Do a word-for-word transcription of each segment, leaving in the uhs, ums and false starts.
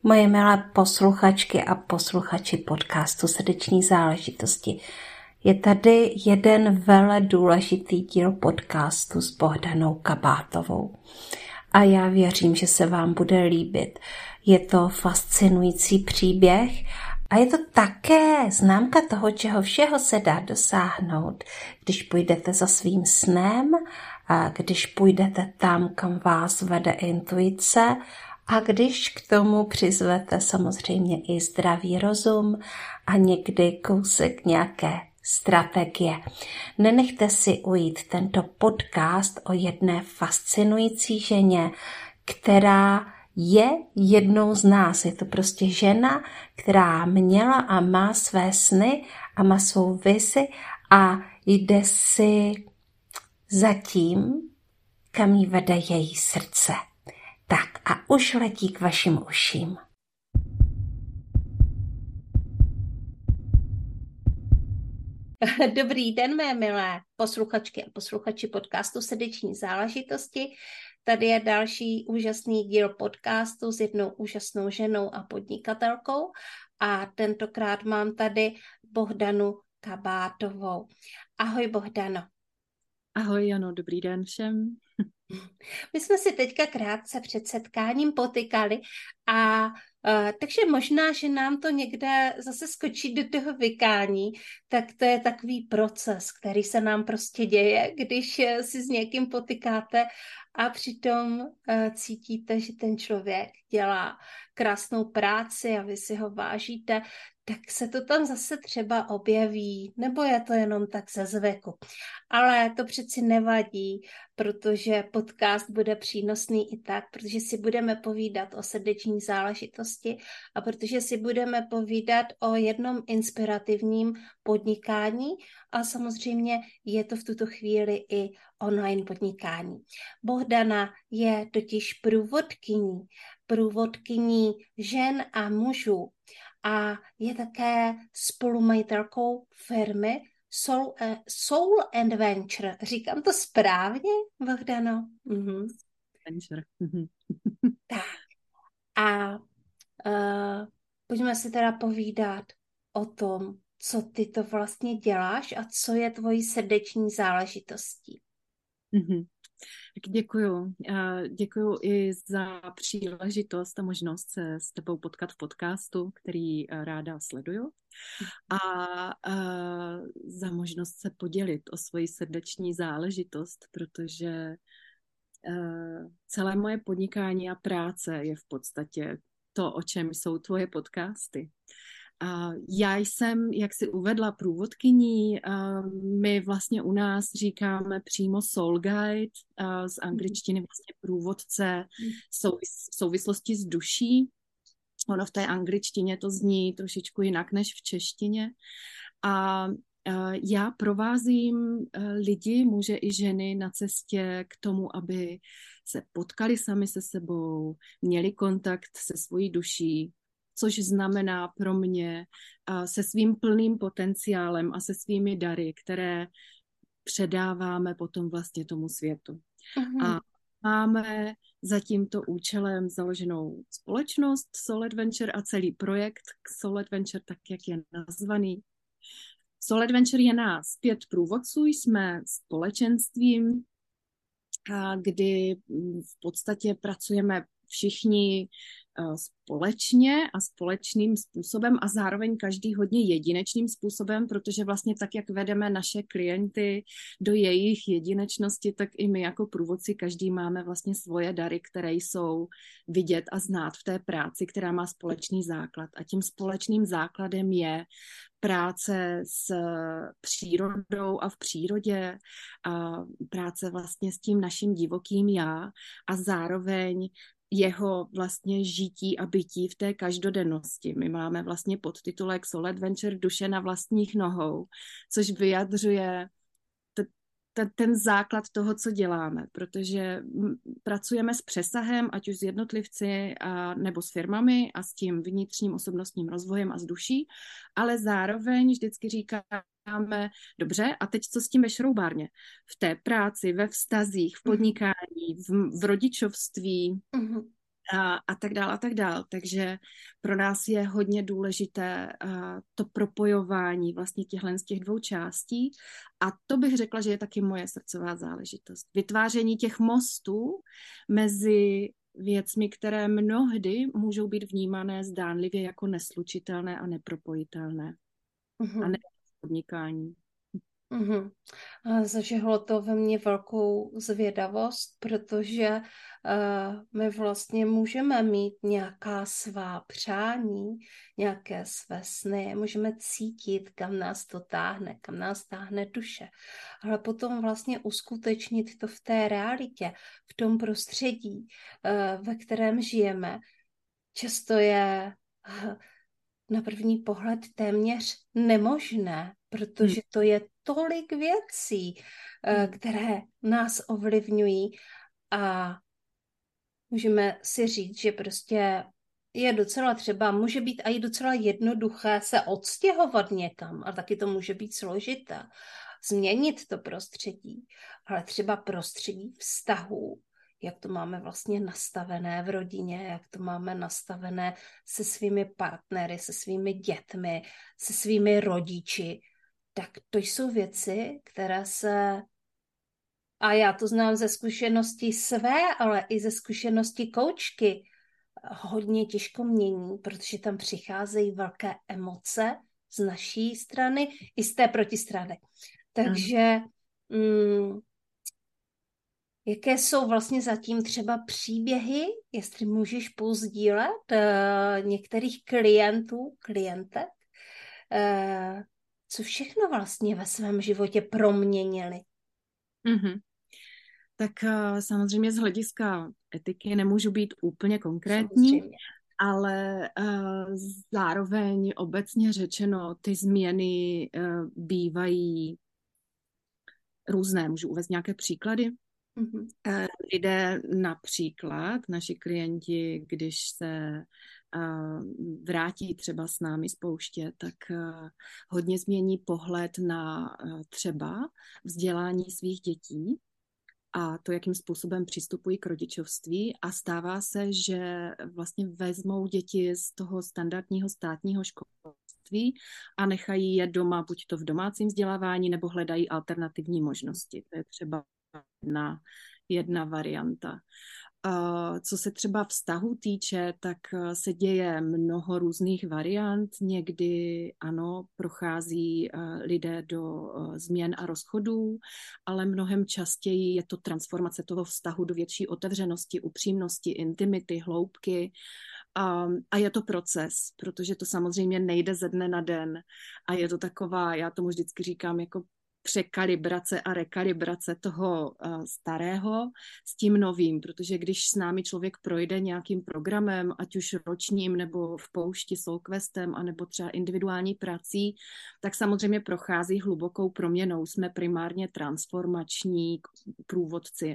Moje milé posluchačky a posluchači podcastu Srdeční záležitosti. Je tady jeden vele důležitý díl podcastu s Bohdanou Kabátovou. A já věřím, že se vám bude líbit. Je to fascinující příběh a je to také známka toho, čeho všeho se dá dosáhnout, když půjdete za svým snem, a když půjdete tam, kam vás vede intuice, a když k tomu přizvete samozřejmě i zdravý rozum a někdy kousek nějaké strategie. Nenechte si ujít tento podcast o jedné fascinující ženě, která je jednou z nás. Je to prostě žena, která měla a má své sny a má svou vizi a jde si za tím, kam jí vede její srdce. Tak a už letí k vašim uším. Dobrý den, mé milé posluchačky a posluchači podcastu Srdeční záležitosti. Tady je další úžasný díl podcastu s jednou úžasnou ženou a podnikatelkou a tentokrát mám tady Bohdanu Kabátovou. Ahoj, Bohdano. Ahoj, Jano, dobrý den všem. My jsme si teďka krátce před setkáním potykali a uh, takže možná, že nám to někde zase skočí do toho vykání, tak to je takový proces, který se nám prostě děje, když si s někým potykáte a přitom uh, cítíte, že ten člověk dělá krásnou práci a vy si ho vážíte, tak se to tam zase třeba objeví, nebo je to jenom tak ze zvyku. Ale to přeci nevadí, protože podcast bude přínosný i tak, protože si budeme povídat o srdeční záležitosti a protože si budeme povídat o jednom inspirativním podnikání a samozřejmě je to v tuto chvíli i online podnikání. Bohdana je totiž průvodkyní, průvodkyní žen a mužů a je také spolumajitelkou firmy Soul, uh, Soul and Venture. Říkám to správně, Bohdano? Mhm. Venture. Tak. A uh, pojďme si teda povídat o tom, co ty to vlastně děláš a co je tvojí srdeční záležitostí. Mm-hmm. Tak děkuju. Děkuju i za příležitost a možnost se s tebou potkat v podcastu, který ráda sleduju. A, a za možnost se podělit o svoji srdeční záležitost, protože celé moje podnikání a práce je v podstatě to, o čem jsou tvoje podcasty. A já jsem, jak jsi uvedla, průvodkyní, my vlastně u nás říkáme přímo soul guide, z angličtiny vlastně průvodce v souvislosti s duší. Ono v té angličtině to zní trošičku jinak než v češtině. A já provázím lidi, muže i ženy na cestě k tomu, aby se potkali sami se sebou, měli kontakt se svojí duší, což znamená pro mě se svým plným potenciálem a se svými dary, které předáváme potom vlastně tomu světu. Uh-huh. A máme za tímto účelem založenou společnost Soul Adventure a celý projekt Soul Adventure, tak jak je nazvaný. Soul Adventure je nás pět průvodců, jsme společenstvím, kdy v podstatě pracujeme všichni společně a společným způsobem a zároveň každý hodně jedinečným způsobem, protože vlastně tak, jak vedeme naše klienty do jejich jedinečnosti, tak i my jako průvodci každý máme vlastně svoje dary, které jsou vidět a znát v té práci, která má společný základ. A tím společným základem je práce s přírodou a v přírodě, a práce vlastně s tím naším divokým já a zároveň jeho vlastně žití a bytí v té každodennosti. My máme vlastně podtitulek Soul Adventure duše na vlastních nohou, což vyjadřuje t- ten základ toho, co děláme, protože pracujeme s přesahem, ať už s jednotlivci a, nebo s firmami a s tím vnitřním osobnostním rozvojem a s duší, ale zároveň vždycky říkáme, dobře, a teď co s tím ve šroubárně? V té práci, ve vztazích, v podnikání, v, v rodičovství, mm-hmm. a, a tak dál a tak dál. Takže pro nás je hodně důležité a, to propojování vlastně těchhle z těch dvou částí a to bych řekla, že je taky moje srdcová záležitost. Vytváření těch mostů mezi věcmi, které mnohdy můžou být vnímané zdánlivě jako neslučitelné a nepropojitelné. Mm-hmm. A ne podnikání. Mm-hmm. A zažehlo to ve mně velkou zvědavost, protože uh, my vlastně můžeme mít nějaká svá přání, nějaké své sny, můžeme cítit, kam nás to táhne, kam nás táhne duše, ale potom vlastně uskutečnit to v té realitě, v tom prostředí, uh, ve kterém žijeme, často je uh, na první pohled téměř nemožné, protože to je tolik věcí, které nás ovlivňují a můžeme si říct, že prostě je docela třeba, může být i docela jednoduché se odstěhovat někam, ale taky to může být složité. Změnit to prostředí, ale třeba prostředí vztahů, jak to máme vlastně nastavené v rodině, jak to máme nastavené se svými partnery, se svými dětmi, se svými rodiči, tak to jsou věci, které se, a já to znám ze zkušenosti své, ale i ze zkušenosti koučky, hodně těžko mění, protože tam přicházejí velké emoce z naší strany i z té protistrany. Takže mm, jaké jsou vlastně zatím třeba příběhy, jestli můžeš pozdílet uh, některých klientů, klientek, uh, co všechno vlastně ve svém životě proměnili? Mm-hmm. Tak uh, samozřejmě z hlediska etiky nemůžu být úplně konkrétní, samozřejmě. Ale uh, zároveň obecně řečeno ty změny uh, bývají různé. Můžu uvést nějaké příklady? Mm-hmm. Uh, lidé například, naši klienti, když se uh, vrátí třeba s námi z pouště, tak uh, hodně změní pohled na uh, třeba vzdělání svých dětí a to, jakým způsobem přistupují k rodičovství a stává se, že vlastně vezmou děti z toho standardního státního školství a nechají je doma, buď to v domácím vzdělávání, nebo hledají alternativní možnosti. To je třeba jedna, jedna varianta. Co se třeba vztahu týče, tak se děje mnoho různých variant. Někdy ano, prochází lidé do změn a rozchodů, ale mnohem častěji je to transformace toho vztahu do větší otevřenosti, upřímnosti, intimity, hloubky. A je to proces, protože to samozřejmě nejde ze dne na den. A je to taková, já tomu vždycky říkám, jako překalibrace a rekalibrace toho uh, starého s tím novým, protože když s námi člověk projde nějakým programem, ať už ročním nebo v poušti soulquestem, anebo třeba individuální prací, tak samozřejmě prochází hlubokou proměnou. Jsme primárně transformační průvodci.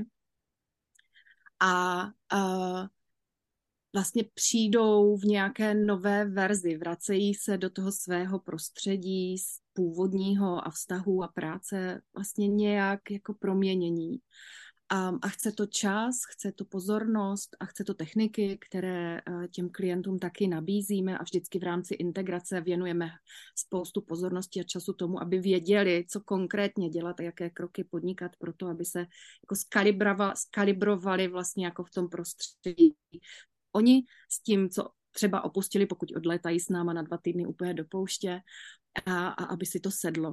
A uh, vlastně přijdou v nějaké nové verzi, vracejí se do toho svého prostředí původního a vztahu a práce vlastně nějak jako proměnění. A, a chce to čas, chce to pozornost a chce to techniky, které těm klientům taky nabízíme a vždycky v rámci integrace věnujeme spoustu pozornosti a času tomu, aby věděli, co konkrétně dělat a jaké kroky podnikat pro to, aby se jako skalibrovali vlastně jako v tom prostředí. Oni s tím, co třeba opustili, pokud odlétají s náma na dva týdny úplně do pouště, a, a aby si to sedlo.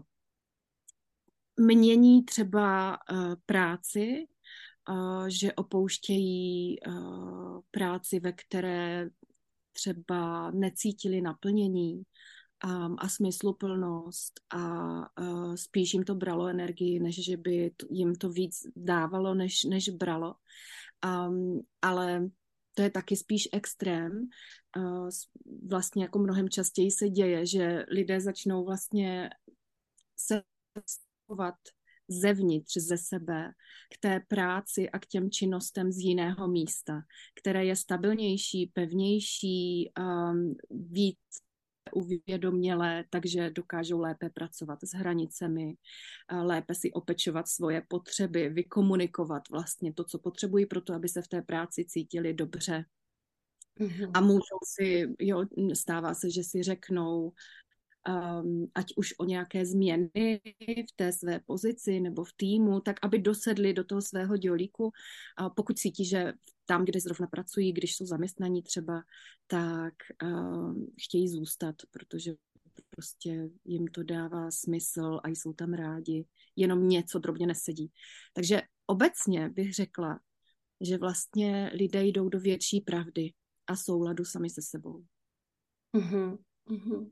Mění třeba uh, práci, uh, že opouštějí uh, práci, ve které třeba necítili naplnění um, a smysluplnost a uh, spíš jim to bralo energii, než že by to, jim to víc dávalo, než, než bralo. Um, ale to je taky spíš extrém. Vlastně jako mnohem častěji se děje, že lidé začnou vlastně se vztahovat zevnitř ze sebe k té práci a k těm činnostem z jiného místa, které je stabilnější, pevnější, um, víc uvědomělé, takže dokážou lépe pracovat s hranicemi, lépe si opečovat svoje potřeby, vykomunikovat vlastně to, co potřebují pro to, aby se v té práci cítili dobře. Mm-hmm. A můžou si, jo, stává se, že si řeknou, um, ať už o nějaké změny v té své pozici nebo v týmu, tak aby dosedli do toho svého dělíku. A pokud cítí, že tam, kde zrovna pracují, když jsou zaměstnaní třeba, tak um, chtějí zůstat, protože prostě jim to dává smysl a jsou tam rádi, jenom něco drobně nesedí. Takže obecně bych řekla, že vlastně lidé jdou do větší pravdy a souladu sami se sebou. Mm-hmm. Mm-hmm.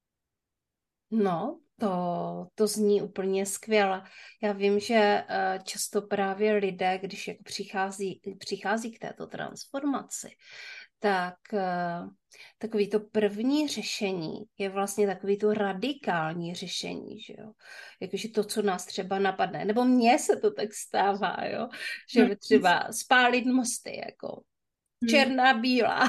No, to, to zní úplně skvěle. Já vím, že často právě lidé, když jako přichází, přichází k této transformaci, tak takový to první řešení je vlastně takový to radikální řešení, že jo. Jakože to, co nás třeba napadne, nebo mně se to tak stává, jo, že třeba spálit mosty, jako černá, bílá.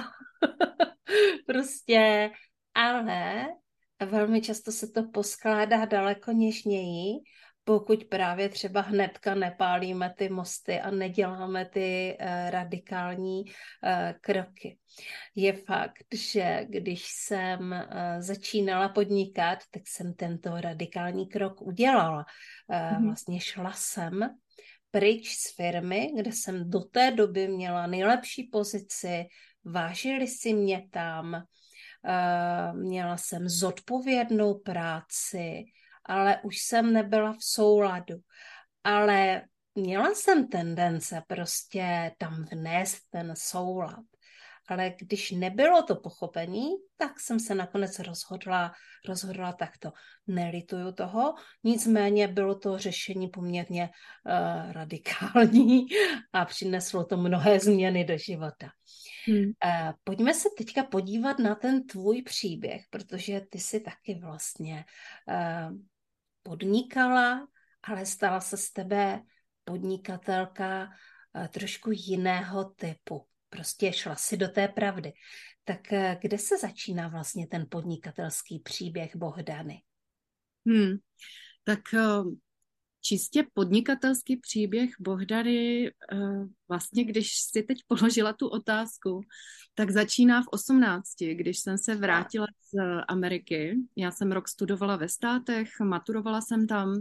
Prostě, ale velmi často se to poskládá daleko něžněji, pokud právě třeba hnedka nepálíme ty mosty a neděláme ty uh, radikální uh, kroky. Je fakt, že když jsem uh, začínala podnikat, tak jsem tento radikální krok udělala. Uh, vlastně šla jsem pryč z firmy, kde jsem do té doby měla nejlepší pozici, vážili si mě tam, Uh, měla jsem zodpovědnou práci, ale už jsem nebyla v souladu. Ale měla jsem tendence prostě tam vnést ten soulad. Ale když nebylo to pochopení, tak jsem se nakonec rozhodla, rozhodla takto. Nelituju toho, nicméně bylo to řešení poměrně uh, radikální a přineslo to mnohé změny do života. Hmm. Uh, pojďme se teďka podívat na ten tvůj příběh, protože ty jsi taky vlastně uh, podnikala, ale stala se z tebe podnikatelka uh, trošku jiného typu. Prostě šla si do té pravdy. Tak uh, kde se začíná vlastně ten podnikatelský příběh Bohdany? Hmm. Tak uh... Čistě podnikatelský příběh Bohdany, vlastně když si teď položila tu otázku, tak začíná v osmnácti, když jsem se vrátila z Ameriky. Já jsem rok studovala ve Státech, maturovala jsem tam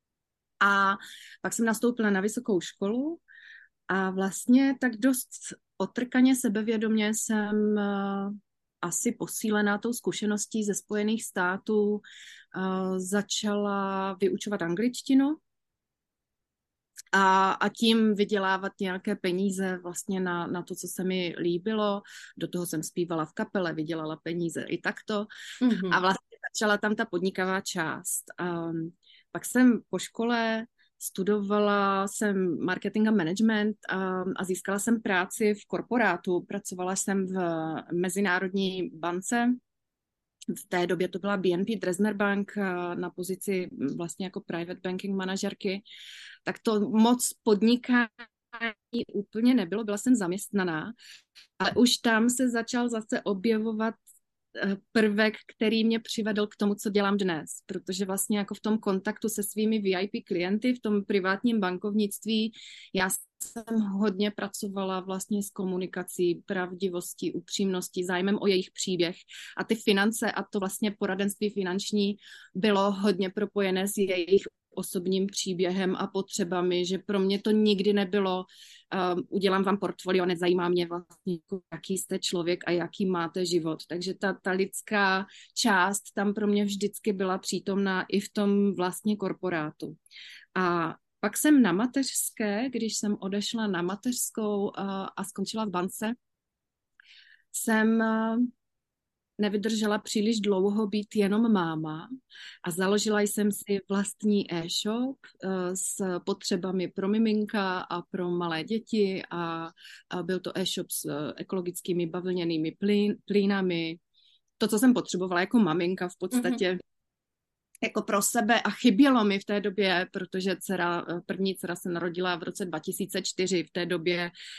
a pak jsem nastoupila na vysokou školu a vlastně tak dost otrkaně sebevědomě jsem asi posílená tou zkušeností ze Spojených států začala vyučovat angličtinu a, a tím vydělávat nějaké peníze vlastně na, na to, co se mi líbilo. Do toho jsem zpívala v kapele, vydělala peníze i takto. Mm-hmm. A vlastně začala tam ta podnikavá část. Um, pak jsem po škole studovala jsem marketing a management a, a získala jsem práci v korporátu. Pracovala jsem v Mezinárodní bance. V té době to byla B N P Dresdner Bank na pozici vlastně jako private banking manažerky. Tak to moc podnikání úplně nebylo, byla jsem zaměstnaná, ale už tam se začal zase objevovat prvek, který mě přivedl k tomu, co dělám dnes, protože vlastně jako v tom kontaktu se svými V I P klienty, v tom privátním bankovnictví, já jsem hodně pracovala vlastně s komunikací, pravdivostí, upřímností, zájmem o jejich příběh a ty finance a to vlastně poradenství finanční bylo hodně propojené s jejich osobním příběhem a potřebami, že pro mě to nikdy nebylo, um, udělám vám portfolio, nezajímá mě vlastně, jaký jste člověk a jaký máte život. Takže ta, ta lidská část tam pro mě vždycky byla přítomná i v tom vlastně korporátu. A pak jsem na mateřské, když jsem odešla na mateřskou uh, a skončila v bance, jsem uh, nevydržela příliš dlouho být jenom máma a založila jsem si vlastní e-shop uh, s potřebami pro miminka a pro malé děti a, a byl to e-shop s uh, ekologickými bavlněnými plín, plínami. To, co jsem potřebovala jako maminka v podstatě, mm-hmm. jako pro sebe a chybělo mi v té době, protože dcera, první dcera se narodila v roce dva tisíce čtyři, v té době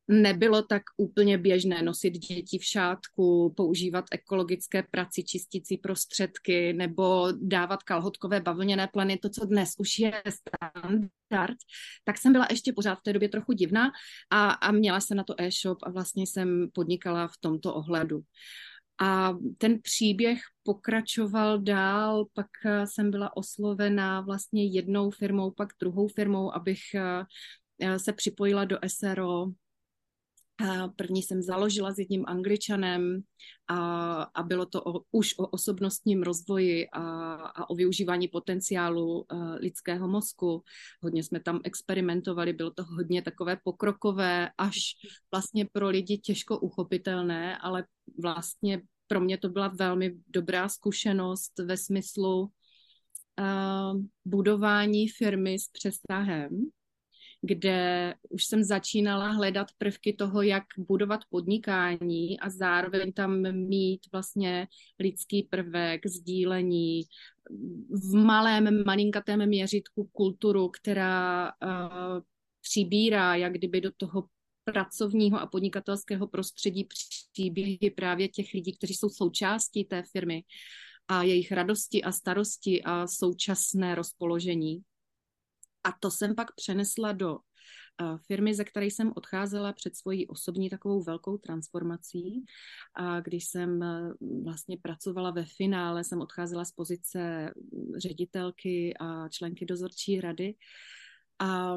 nebylo tak úplně běžné nosit děti v šátku, používat ekologické prací čistící prostředky nebo dávat kalhotkové bavlněné pleny, to, co dnes už je standard, tak jsem byla ještě pořád v té době trochu divná a, a měla jsem na to e-shop a vlastně jsem podnikala v tomto ohledu. A ten příběh pokračoval dál, pak jsem byla oslovena vlastně jednou firmou, pak druhou firmou, abych se připojila do S R O. První jsem založila s jedním Angličanem a, a bylo to o, už o osobnostním rozvoji a, a o využívání potenciálu uh, lidského mozku. Hodně jsme tam experimentovali, bylo to hodně takové pokrokové, až vlastně pro lidi těžko uchopitelné, ale vlastně pro mě to byla velmi dobrá zkušenost ve smyslu uh, budování firmy s přesahem, kde už jsem začínala hledat prvky toho, jak budovat podnikání a zároveň tam mít vlastně lidský prvek, sdílení, v malém, malinkatém měřítku kulturu, která uh, přibírá jak kdyby do toho pracovního a podnikatelského prostředí příběhy právě těch lidí, kteří jsou součástí té firmy a jejich radosti a starosti a současné rozpoložení. A to jsem pak přenesla do uh, firmy, ze které jsem odcházela před svojí osobní takovou velkou transformací. A když jsem uh, vlastně pracovala ve finále, jsem odcházela z pozice ředitelky a členky dozorčí rady. A,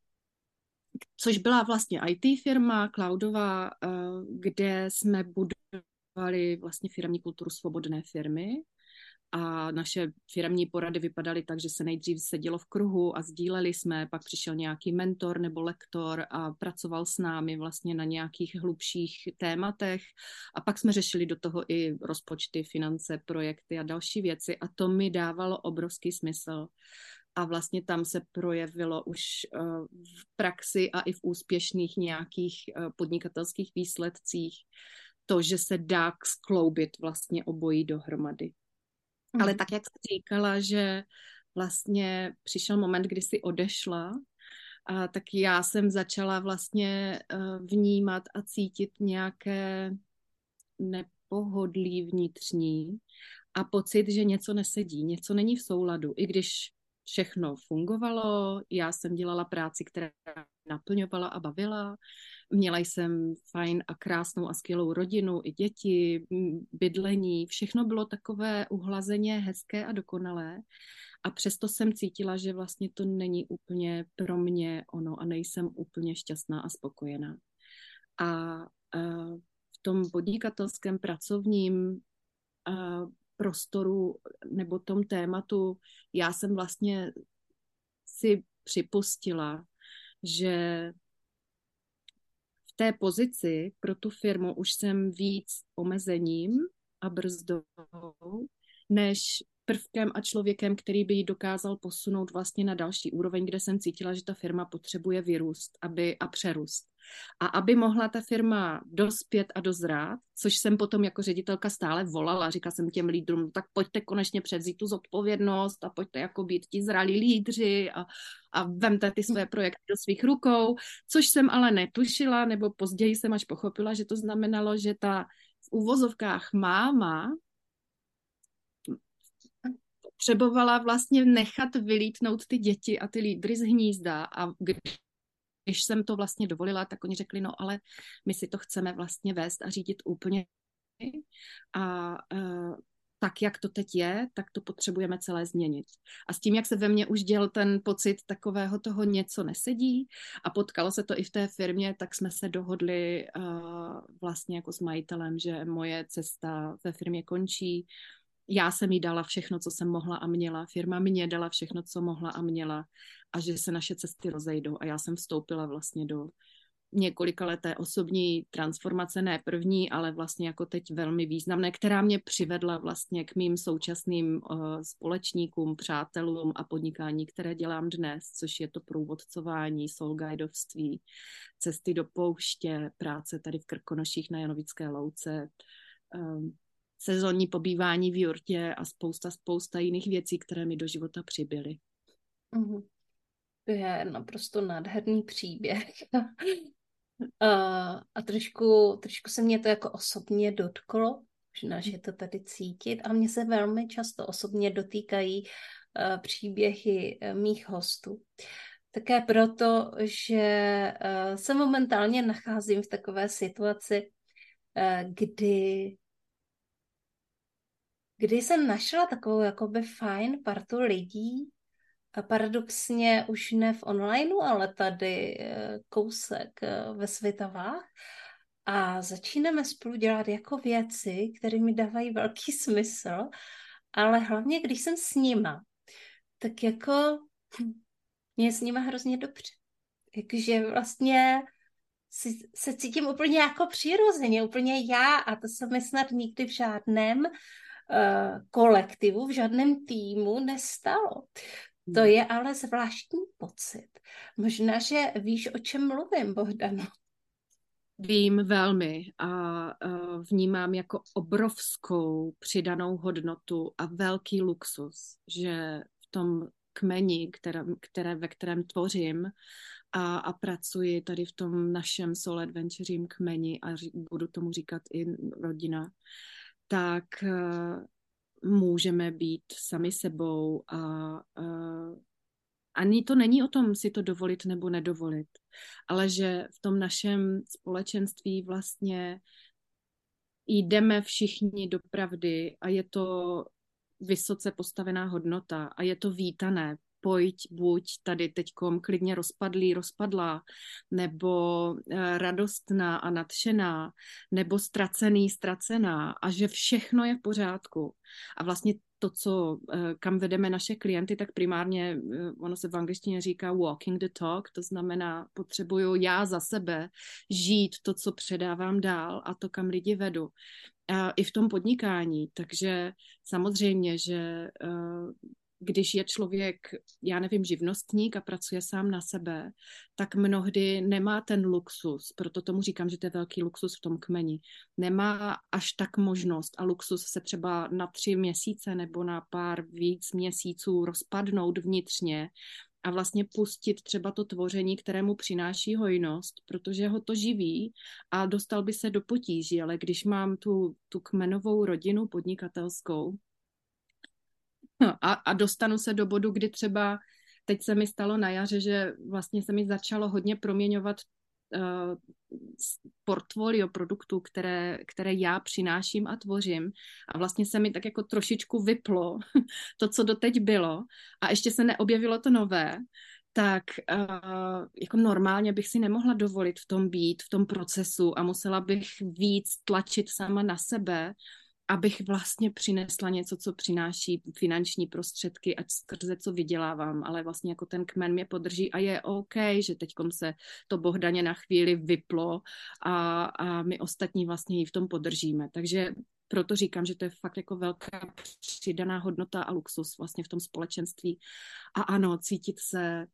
což byla vlastně í té firma, cloudová, uh, kde jsme budovali vlastně firemní kulturu svobodné firmy. A naše firemní porady vypadaly tak, že se nejdřív sedělo v kruhu a sdíleli jsme, pak přišel nějaký mentor nebo lektor a pracoval s námi vlastně na nějakých hlubších tématech a pak jsme řešili do toho i rozpočty, finance, projekty a další věci a to mi dávalo obrovský smysl. A vlastně tam se projevilo už v praxi a i v úspěšných nějakých podnikatelských výsledcích to, že se dá skloubit vlastně obojí dohromady. Ale tak, jak jsi říkala, že vlastně přišel moment, kdy jsi odešla, a tak já jsem začala vlastně vnímat a cítit nějaké nepohodlí vnitřní a pocit, že něco nesedí, něco není v souladu. I když všechno fungovalo, já jsem dělala práci, která naplňovala a bavila, měla jsem fajn a krásnou a skvělou rodinu, i děti, bydlení, všechno bylo takové uhlazeně hezké a dokonalé a přesto jsem cítila, že vlastně to není úplně pro mě ono a nejsem úplně šťastná a spokojená. A, a v tom podnikatelském pracovním a, prostoru nebo tom tématu já jsem vlastně si připustila, že v té pozici pro tu firmu už jsem víc omezením a brzdou, než prvkem a člověkem, který by ji dokázal posunout vlastně na další úroveň, kde jsem cítila, že ta firma potřebuje vyrůst aby, a přerůst. A aby mohla ta firma dospět a dozrát, což jsem potom jako ředitelka stále volala, říkala jsem těm lídrům, tak pojďte konečně převzít tu zodpovědnost a pojďte jako být ti zralí lídři a, a vemte ty své projekty do svých rukou, což jsem ale netušila, nebo později jsem až pochopila, že to znamenalo, že ta v úvozovkách máma potřebovala vlastně nechat vylítnout ty děti a ty lídry z hnízda a když jsem to vlastně dovolila, tak oni řekli, no ale my si to chceme vlastně vést a řídit úplně a uh, tak, jak to teď je, tak to potřebujeme celé změnit. A s tím, jak se ve mně už děl ten pocit takového toho něco nesedí a potkalo se to i v té firmě, tak jsme se dohodli uh, vlastně jako s majitelem, že moje cesta ve firmě končí. Já jsem jí dala všechno, co jsem mohla a měla. Firma mě dala všechno, co mohla a měla. A že se naše cesty rozejdou. A já jsem vstoupila vlastně do několika leté osobní transformace, ne první, ale vlastně jako teď velmi významné, která mě přivedla vlastně k mým současným uh, společníkům, přátelům a podnikání, které dělám dnes, což je to průvodcování, soul guidovství, cesty do pouště, práce tady v Krkonoších na Janovické louce, um, sezónní pobývání v jurtě a spousta, spousta jiných věcí, které mi do života přibyly. Mm. To je naprosto nádherný příběh. Uh, a trošku, trošku se mě to jako osobně dotklo, možná, že to tady cítit a mě se velmi často osobně dotýkají uh, příběhy uh, mých hostů. Také proto, že uh, se momentálně nacházím v takové situaci, uh, kdy kdy jsem našla takovou jakoby fajn partu lidí, a paradoxně už ne v onlineu, ale tady uh, kousek uh, ve Svitavách. A začínáme spolu dělat jako věci, které mi dávají velký smysl, ale hlavně, když jsem s nima, tak jako mě je s nima hrozně dobře. Jakože vlastně si, se cítím úplně jako přirozeně, úplně já a to se mi snad nikdy v žádném uh, kolektivu, v žádném týmu nestalo. To je ale zvláštní pocit. Možná, že víš, o čem mluvím, Bohdano. Vím velmi a uh, vnímám jako obrovskou přidanou hodnotu a velký luxus, že v tom kmeni, které, které, ve kterém tvořím a, a pracuji tady v tom našem Soul Adventuring kmeni a ří, budu tomu říkat i rodina, tak uh, můžeme být sami sebou a uh, ani to není o tom si to dovolit nebo nedovolit, ale že v tom našem společenství vlastně jdeme všichni do pravdy a je to vysoce postavená hodnota a je to vítané. Pojď, buď tady teďkom klidně rozpadlý, rozpadlá, nebo eh, radostná a nadšená, nebo ztracený, ztracená a že všechno je v pořádku. A vlastně to, co, eh, kam vedeme naše klienty, tak primárně, eh, ono se v angličtině říká walking the talk, to znamená, potřebuju já za sebe žít to, co předávám dál a to, kam lidi vedu. A i v tom podnikání, takže samozřejmě, že uh, když je člověk, já nevím, živnostník a pracuje sám na sebe, tak mnohdy nemá ten luxus, proto tomu říkám, že to je velký luxus v tom kmeni, nemá až tak možnost a luxus se třeba na tři měsíce nebo na pár víc měsíců rozpadnout vnitřně a vlastně pustit třeba to tvoření, kterému přináší hojnost, protože ho to živí a dostal by se do potíží, ale když mám tu, tu kmenovou rodinu podnikatelskou a, a dostanu se do bodu, kdy třeba teď se mi stalo na jaře, že vlastně se mi začalo hodně proměňovat uh, portfolio produktů, které, které já přináším a tvořím a vlastně se mi tak jako trošičku vyplo to, co doteď bylo a ještě se neobjevilo to nové, tak uh, jako normálně bych si nemohla dovolit v tom být, v tom procesu a musela bych víc tlačit sama na sebe, abych vlastně přinesla něco, co přináší finanční prostředky, ať skrze co vydělávám, ale vlastně jako ten kmen mě podrží a je OK, že teďkom se to Bohdaně na chvíli vyplo a, a my ostatní vlastně ji v tom podržíme. Takže proto říkám, že to je fakt jako velká přidaná hodnota a luxus vlastně v tom společenství. A ano, cítit se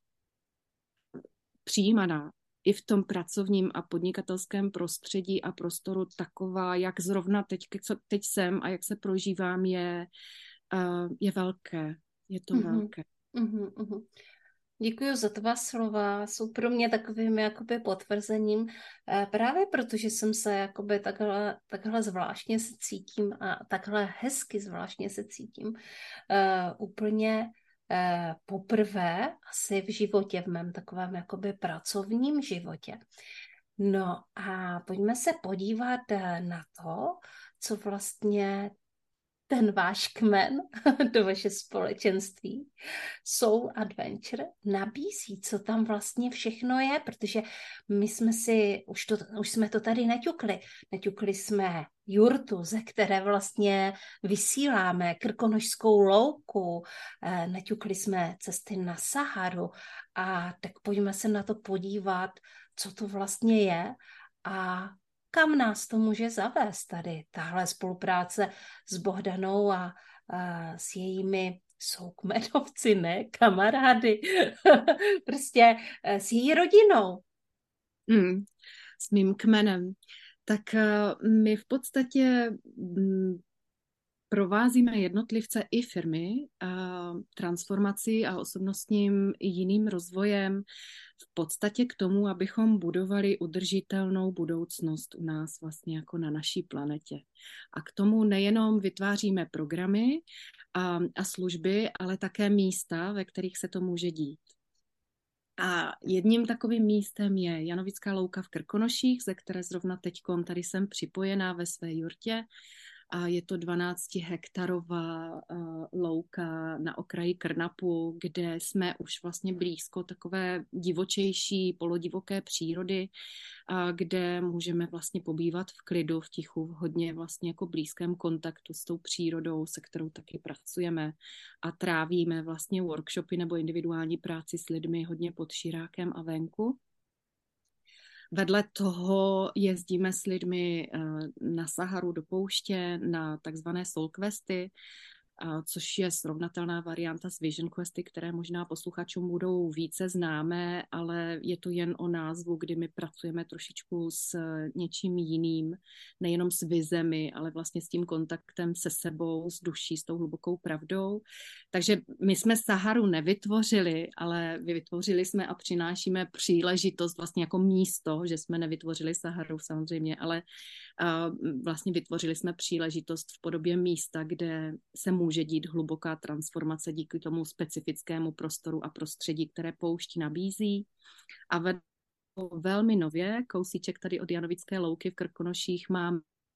přijímaná i v tom pracovním a podnikatelském prostředí a prostoru taková, jak zrovna teď, co teď jsem a jak se prožívám, je, uh, je velké. Je to mm-hmm. velké. Mm-hmm, mm-hmm. Děkuji za tvá slova, jsou pro mě takovým jakoby potvrzením, právě protože jsem se jakoby takhle, takhle zvláštně se cítím a takhle hezky zvláštně se cítím uh, úplně uh, poprvé asi v životě, v mém takovém jakoby pracovním životě. No a pojďme se podívat na to, co vlastně ten váš kmen do vaše společenství Soul Adventure nabízí, co tam vlastně všechno je, protože my jsme si, už, to, už jsme to tady neťukli, neťukli jsme jurtu, ze které vlastně vysíláme Krkonošskou louku, neťukli jsme cesty na Saharu a tak pojďme se na to podívat, co to vlastně je a kam nás to může zavést tady, tahle spolupráce s Bohdanou a, a s jejími soukmenovci, ne, kamarády, prostě s její rodinou. Mm, s mým kmenem. Tak uh, my v podstatě mm, provázíme jednotlivce i firmy a transformací a osobnostním i jiným rozvojem v podstatě k tomu, abychom budovali udržitelnou budoucnost u nás vlastně jako na naší planetě. A k tomu nejenom vytváříme programy a, a služby, ale také místa, ve kterých se to může dít. A jedním takovým místem je Janovická louka v Krkonoších, ze které zrovna teďkom tady jsem připojená ve své jurtě. A je to dvanáctihektarová louka na okraji Krnapu, kde jsme už vlastně blízko takové divočejší, polodivoké přírody, a kde můžeme vlastně pobývat v klidu, v tichu, v hodně vlastně jako blízkém kontaktu s tou přírodou, se kterou taky pracujeme a trávíme vlastně workshopy nebo individuální práci s lidmi hodně pod širákem a venku. Vedle toho jezdíme s lidmi na Saharu do pouště, na takzvané soul questy, což je srovnatelná varianta s Vision Questy, které možná posluchačům budou více známé, ale je to jen o názvu, kdy my pracujeme trošičku s něčím jiným, nejenom s vizemi, ale vlastně s tím kontaktem se sebou, s duší, s tou hlubokou pravdou. Takže my jsme Saharu nevytvořili, ale vytvořili jsme a přinášíme příležitost vlastně jako místo, že jsme nevytvořili Saharu samozřejmě, ale vlastně vytvořili jsme příležitost v podobě místa, kde se může dít hluboká transformace díky tomu specifickému prostoru a prostředí, které poušť nabízí. A velmi nově, kousíček tady od Janovické louky v Krkonoších, máme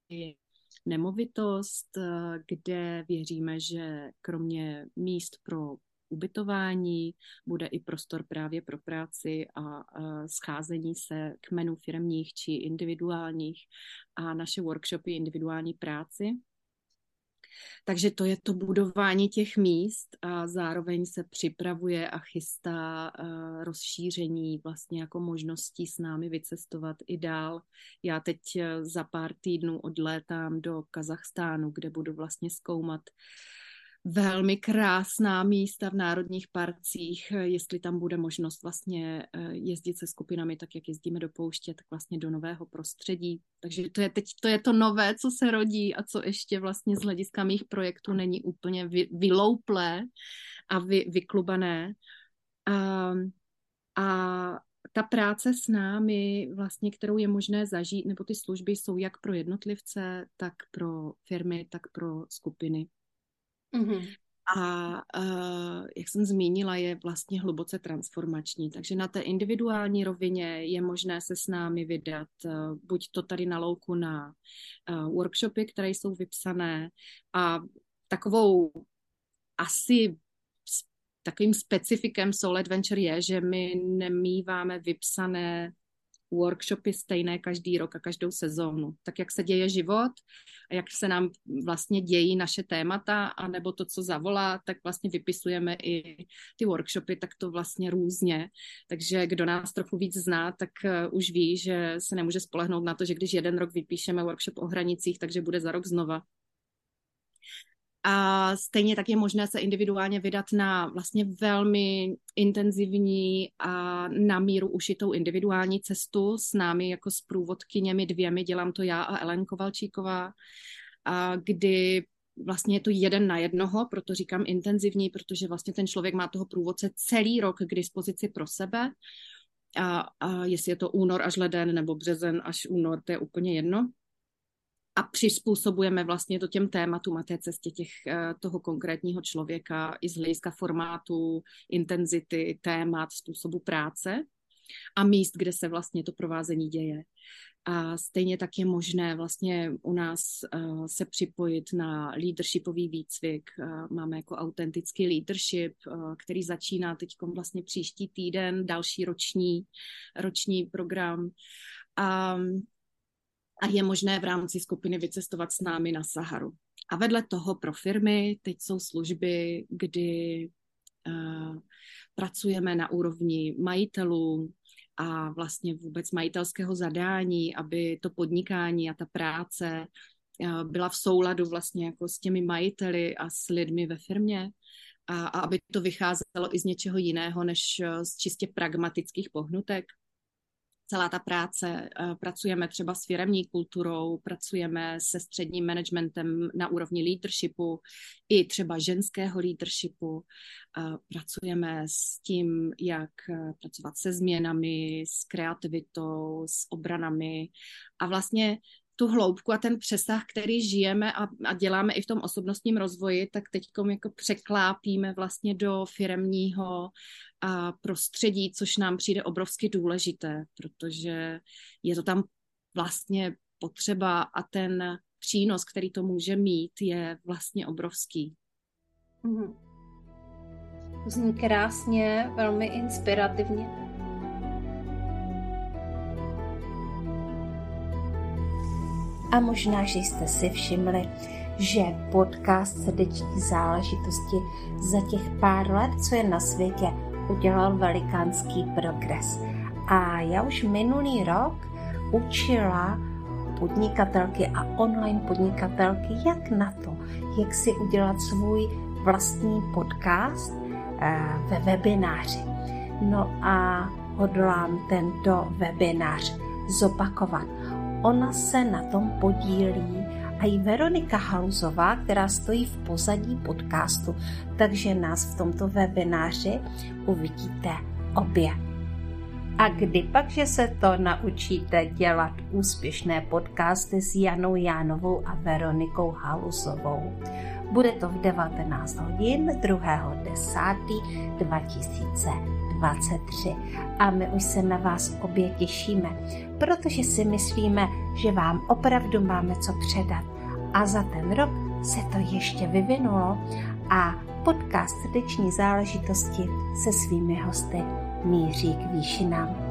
nemovitost, kde věříme, že kromě míst pro ubytování bude i prostor právě pro práci a scházení se kmenů firemních či individuálních a naše workshopy individuální práci. Takže to je to budování těch míst a zároveň se připravuje a chystá uh, rozšíření vlastně jako možností s námi vycestovat i dál. Já teď uh, za pár týdnů odlétám do Kazachstánu, kde budu vlastně zkoumat velmi krásná místa v národních parcích, jestli tam bude možnost vlastně jezdit se skupinami, tak jak jezdíme do pouště, tak vlastně do nového prostředí. Takže to je teď to, je to nové, co se rodí a co ještě vlastně z hlediska mých projektů není úplně vy, vylouplé a vy, vyklubané. A, a ta práce s námi, vlastně, kterou je možné zažít, nebo ty služby jsou jak pro jednotlivce, tak pro firmy, tak pro skupiny. Mm-hmm. A uh, jak jsem zmínila, je vlastně hluboce transformační. Takže na té individuální rovině je možné se s námi vydat uh, buď to tady na louku na uh, workshopy, které jsou vypsané a takovou asi takovým specifikem Soul Adventure je, že my nemíváme vypsané workshopy stejné každý rok a každou sezónu. Tak jak se děje život a jak se nám vlastně dějí naše témata, anebo to, co zavolá, tak vlastně vypisujeme i ty workshopy, tak to vlastně různě. Takže kdo nás trochu víc zná, tak už ví, že se nemůže spolehnout na to, že když jeden rok vypíšeme workshop o hranicích, takže bude za rok znova. A stejně tak je možné se individuálně vydat na vlastně velmi intenzivní a na míru ušitou individuální cestu s námi jako s průvodkyněmi dvěmi, dělám to já a Ellen Kovalčíková, a kdy vlastně je to jeden na jednoho, proto říkám intenzivní, protože vlastně ten člověk má toho průvodce celý rok k dispozici pro sebe. A, a jestli je to únor až leden nebo březen až únor, to je úplně jedno. A přizpůsobujeme vlastně to těm tématům a té cestě těch, toho konkrétního člověka i z hlediska formátu, intenzity, témat, způsobu práce a míst, kde se vlastně to provázení děje. A stejně tak je možné vlastně u nás uh, se připojit na leadershipový výcvik. Uh, máme jako autentický leadership, uh, který začíná teď vlastně příští týden, další roční, roční program. Um, a je možné v rámci skupiny vycestovat s námi na Saharu. A vedle toho pro firmy teď jsou služby, kdy uh, pracujeme na úrovni majitelů a vlastně vůbec majitelského zadání, aby to podnikání a ta práce uh, byla v souladu vlastně jako s těmi majiteli a s lidmi ve firmě a, a aby to vycházelo i z něčeho jiného, než z čistě pragmatických pohnutek. celá ta práce, pracujeme třeba s firemní kulturou, pracujeme se středním managementem na úrovni leadershipu i třeba ženského leadershipu, pracujeme s tím, jak pracovat se změnami, s kreativitou, s obranami a vlastně tu hloubku a ten přesah, který žijeme a, a děláme i v tom osobnostním rozvoji, tak teď jako překlápíme vlastně do firemního a prostředí, což nám přijde obrovsky důležité, protože je to tam vlastně potřeba a ten přínos, který to může mít, je vlastně obrovský. Mm. Zní krásně, velmi inspirativně. A možná, že jste si všimli, že podcast Srdeční záležitosti za těch pár let, co je na světě, udělal velikánský progres. A já už minulý rok učila podnikatelky a online podnikatelky, jak na to, jak si udělat svůj vlastní podcast ve webináři. No a hodlám tento webinář zopakovat. Ona se na tom podílí a i Veronika Haluzová, která stojí v pozadí podcastu, takže nás v tomto webináři uvidíte obě. A kdy pak, že se to naučíte dělat úspěšné podcasty s Janou Jánovou a Veronikou Haluzovou? Bude to v devatenáct hodin druhého desátého dva tisíce dvacet tři a my už se na vás obě těšíme, protože si myslíme, že vám opravdu máme co předat a za ten rok se to ještě vyvinulo a podcast Srdeční záležitosti se svými hosty míří k výšinám.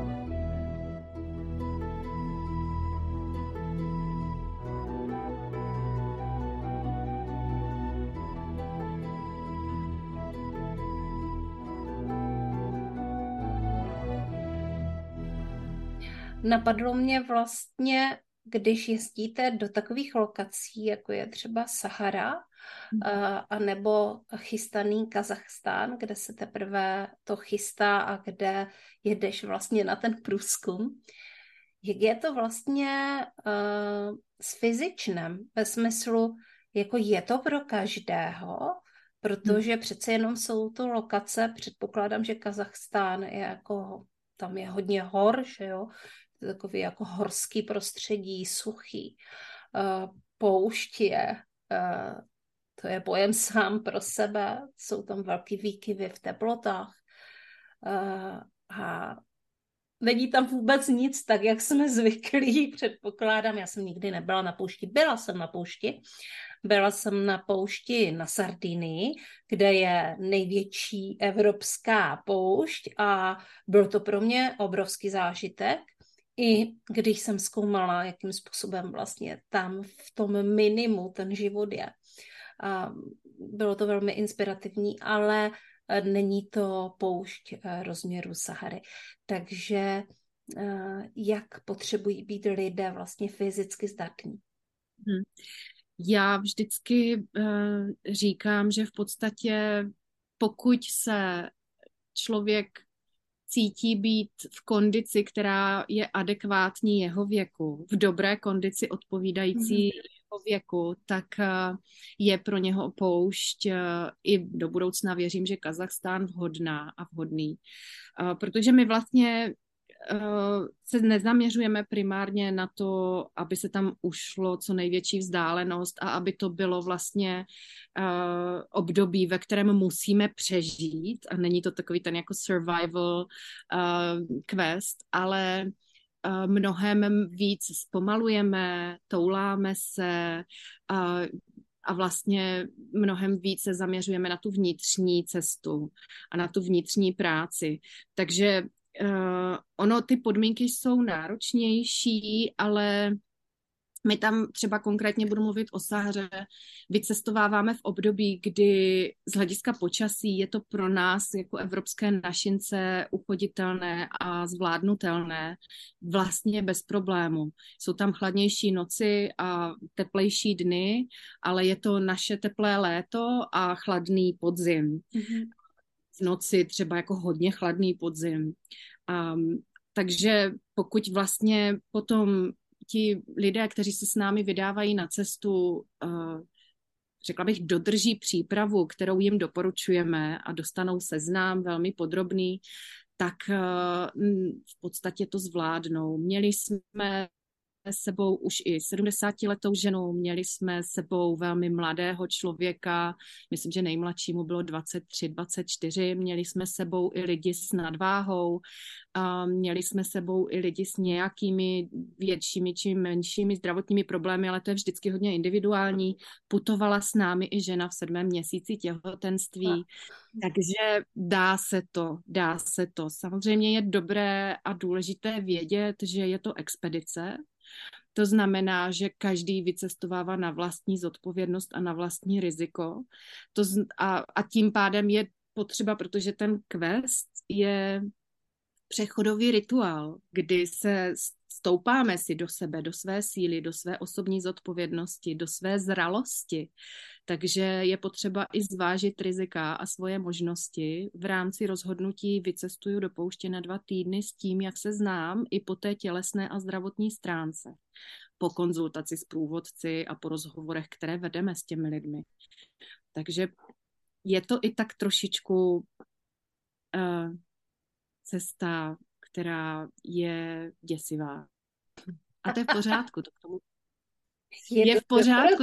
Napadlo mě vlastně, když jezdíte do takových lokací, jako je třeba Sahara, mm. a nebo chystaný Kazachstán, kde se teprve to chystá a kde jedeš vlastně na ten průzkum. Jak je to vlastně uh, s fyzičnem? Ve smyslu, jako je to pro každého, protože mm. přece jenom jsou to lokace, předpokládám, že Kazachstán je jako, tam je hodně hor, že jo? Takový jako horský prostředí, suchý. Uh, poušť je, uh, to je pojem sám pro sebe, jsou tam velký výkyvy v teplotách uh, a není tam vůbec nic tak, jak jsme zvyklí, předpokládám. Já jsem nikdy nebyla na poušti, byla jsem na poušti, byla jsem na poušti na Sardinii, kde je největší evropská poušť a byl to pro mě obrovský zážitek. I když jsem zkoumala, jakým způsobem vlastně tam v tom minimu ten život je. A bylo to velmi inspirativní, ale není to poušť rozměru Sahary. Takže jak potřebují být lidé vlastně fyzicky zdatní? Hmm. Já vždycky uh, říkám, že v podstatě pokud se člověk cítí být v kondici, která je adekvátní jeho věku, v dobré kondici odpovídající mm-hmm. jeho věku, tak je pro něho poušť i do budoucna, věřím, že Kazachstán vhodná a vhodný. Protože my vlastně se nezaměřujeme primárně na to, aby se tam ušlo co největší vzdálenost a aby to bylo vlastně uh, období, ve kterém musíme přežít a není to takový ten jako survival uh, quest, ale uh, mnohem víc zpomalujeme, touláme se uh, a vlastně mnohem víc se zaměřujeme na tu vnitřní cestu a na tu vnitřní práci. Takže Uh, ono, ty podmínky jsou náročnější, ale my tam třeba konkrétně budu mluvit o Sahaře, vycestováváme v období, kdy z hlediska počasí je to pro nás jako evropské našince uchoditelné a zvládnutelné vlastně bez problému. Jsou tam chladnější noci a teplejší dny, ale je to naše teplé léto a chladný podzim. Mm-hmm. V noci třeba jako hodně chladný podzim. Um, takže pokud vlastně potom ti lidé, kteří se s námi vydávají na cestu, řekla bych, dodrží přípravu, kterou jim doporučujeme a dostanou seznam velmi podrobný, tak v podstatě to zvládnou. Měli jsme sebou už i sedmdesátiletou ženu, měli jsme sebou velmi mladého člověka, myslím, že nejmladšímu bylo dvacet tři, dvacet čtyři, měli jsme sebou i lidi s nadváhou, a měli jsme sebou i lidi s nějakými většími či menšími zdravotními problémy, ale to je vždycky hodně individuální. Putovala s námi i žena v sedmém měsíci těhotenství, takže dá se to, dá se to. Samozřejmě je dobré a důležité vědět, že je to expedice. To znamená, že každý vycestovává na vlastní zodpovědnost a na vlastní riziko. To z, a, a tím pádem je potřeba, protože ten quest je přechodový rituál, kdy se stoupáme si do sebe, do své síly, do své osobní zodpovědnosti, do své zralosti. Takže je potřeba i zvážit rizika a svoje možnosti. V rámci rozhodnutí vycestuju do pouště na dva týdny s tím, jak se znám, i po té tělesné a zdravotní stránce. Po konzultaci s průvodci a po rozhovorech, které vedeme s těmi lidmi. Takže je to i tak trošičku uh, cesta, která je děsivá. A to je v pořádku. To k tomu je, je v pořádku.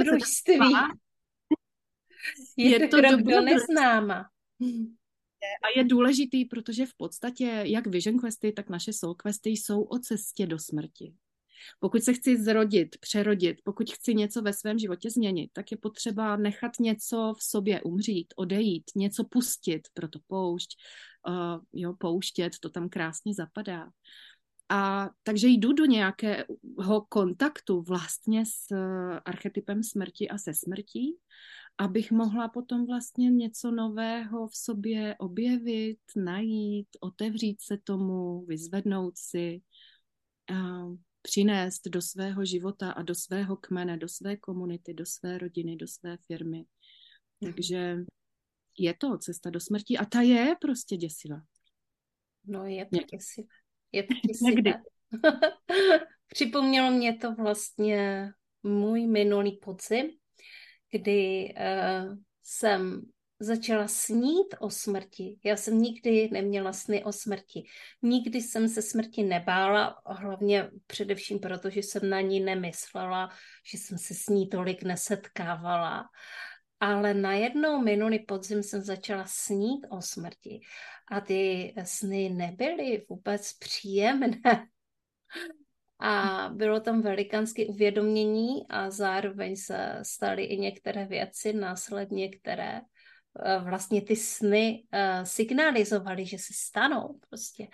Je, je to krok do neznáma. A je důležitý, protože v podstatě jak Vision Questy, tak naše Soul Questy jsou o cestě do smrti. Pokud se chci zrodit, přerodit, pokud chci něco ve svém životě změnit, tak je potřeba nechat něco v sobě umřít, odejít, něco pustit, proto poušť, uh, jo, pouštět, to tam krásně zapadá. A takže jdu do nějakého kontaktu vlastně s archetypem smrti a se smrtí, abych mohla potom vlastně něco nového v sobě objevit, najít, otevřít se tomu, vyzvednout si, a přinést do svého života a do svého kmene, do své komunity, do své rodiny, do své firmy. Takže je to cesta do smrti a ta je prostě děsivá. No je to děsivé. Je to děsivé. Připomnělo mě to vlastně můj minulý podzim, kdy uh, jsem začala snít o smrti. Já jsem nikdy neměla sny o smrti. Nikdy jsem se smrti nebála, hlavně především proto, že jsem na ní nemyslela, že jsem se s ní tolik nesetkávala. Ale najednou minulý podzim jsem začala snít o smrti a ty sny nebyly vůbec příjemné. A bylo tam velikánské uvědomění a zároveň se staly i některé věci následně, které vlastně ty sny signalizovaly, že se stanou prostě.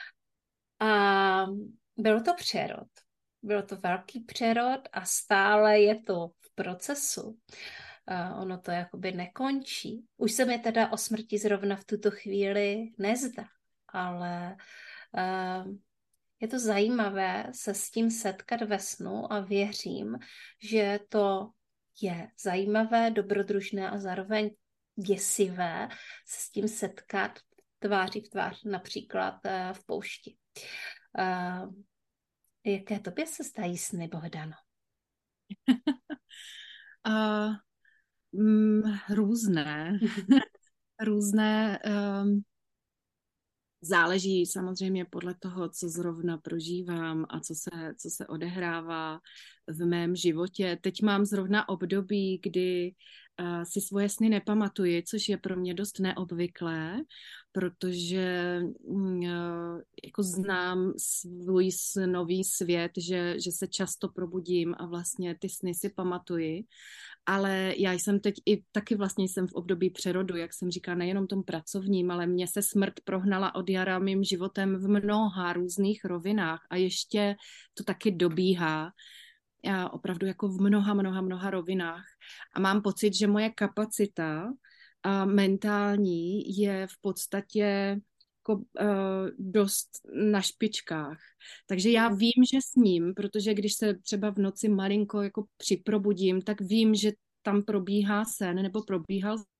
A bylo to přerod. Bylo to velký přerod a stále je to v procesu. Uh, ono to jakoby nekončí. Už se mi teda o smrti zrovna v tuto chvíli nezdá, ale uh, je to zajímavé se s tím setkat ve snu a věřím, že to je zajímavé, dobrodružné a zároveň děsivé se s tím setkat tváří v tvář, například uh, v poušti. Uh, jaké tobě se zdají sny, Bohdano? uh... Mm, různé. různé. Um, záleží samozřejmě podle toho, co zrovna prožívám a co se, co se odehrává v mém životě. Teď mám zrovna období, kdy uh, si svoje sny nepamatuji, což je pro mě dost neobvyklé, protože uh, jako znám svůj snový svět, že, že se často probudím a vlastně ty sny si pamatuji. Ale já jsem teď i taky vlastně jsem v období přerodu, jak jsem říkala, nejenom tom pracovním, ale mě se smrt prohnala od jara mým životem v mnoha různých rovinách a ještě to taky dobíhá. Já opravdu jako v mnoha, mnoha, mnoha rovinách. A mám pocit, že moje kapacita a mentální je v podstatě jako, uh, dost na špičkách. Takže já vím, že sním, protože když se třeba v noci malinko jako připrobudím, tak vím, že tam probíhá sen nebo probíhal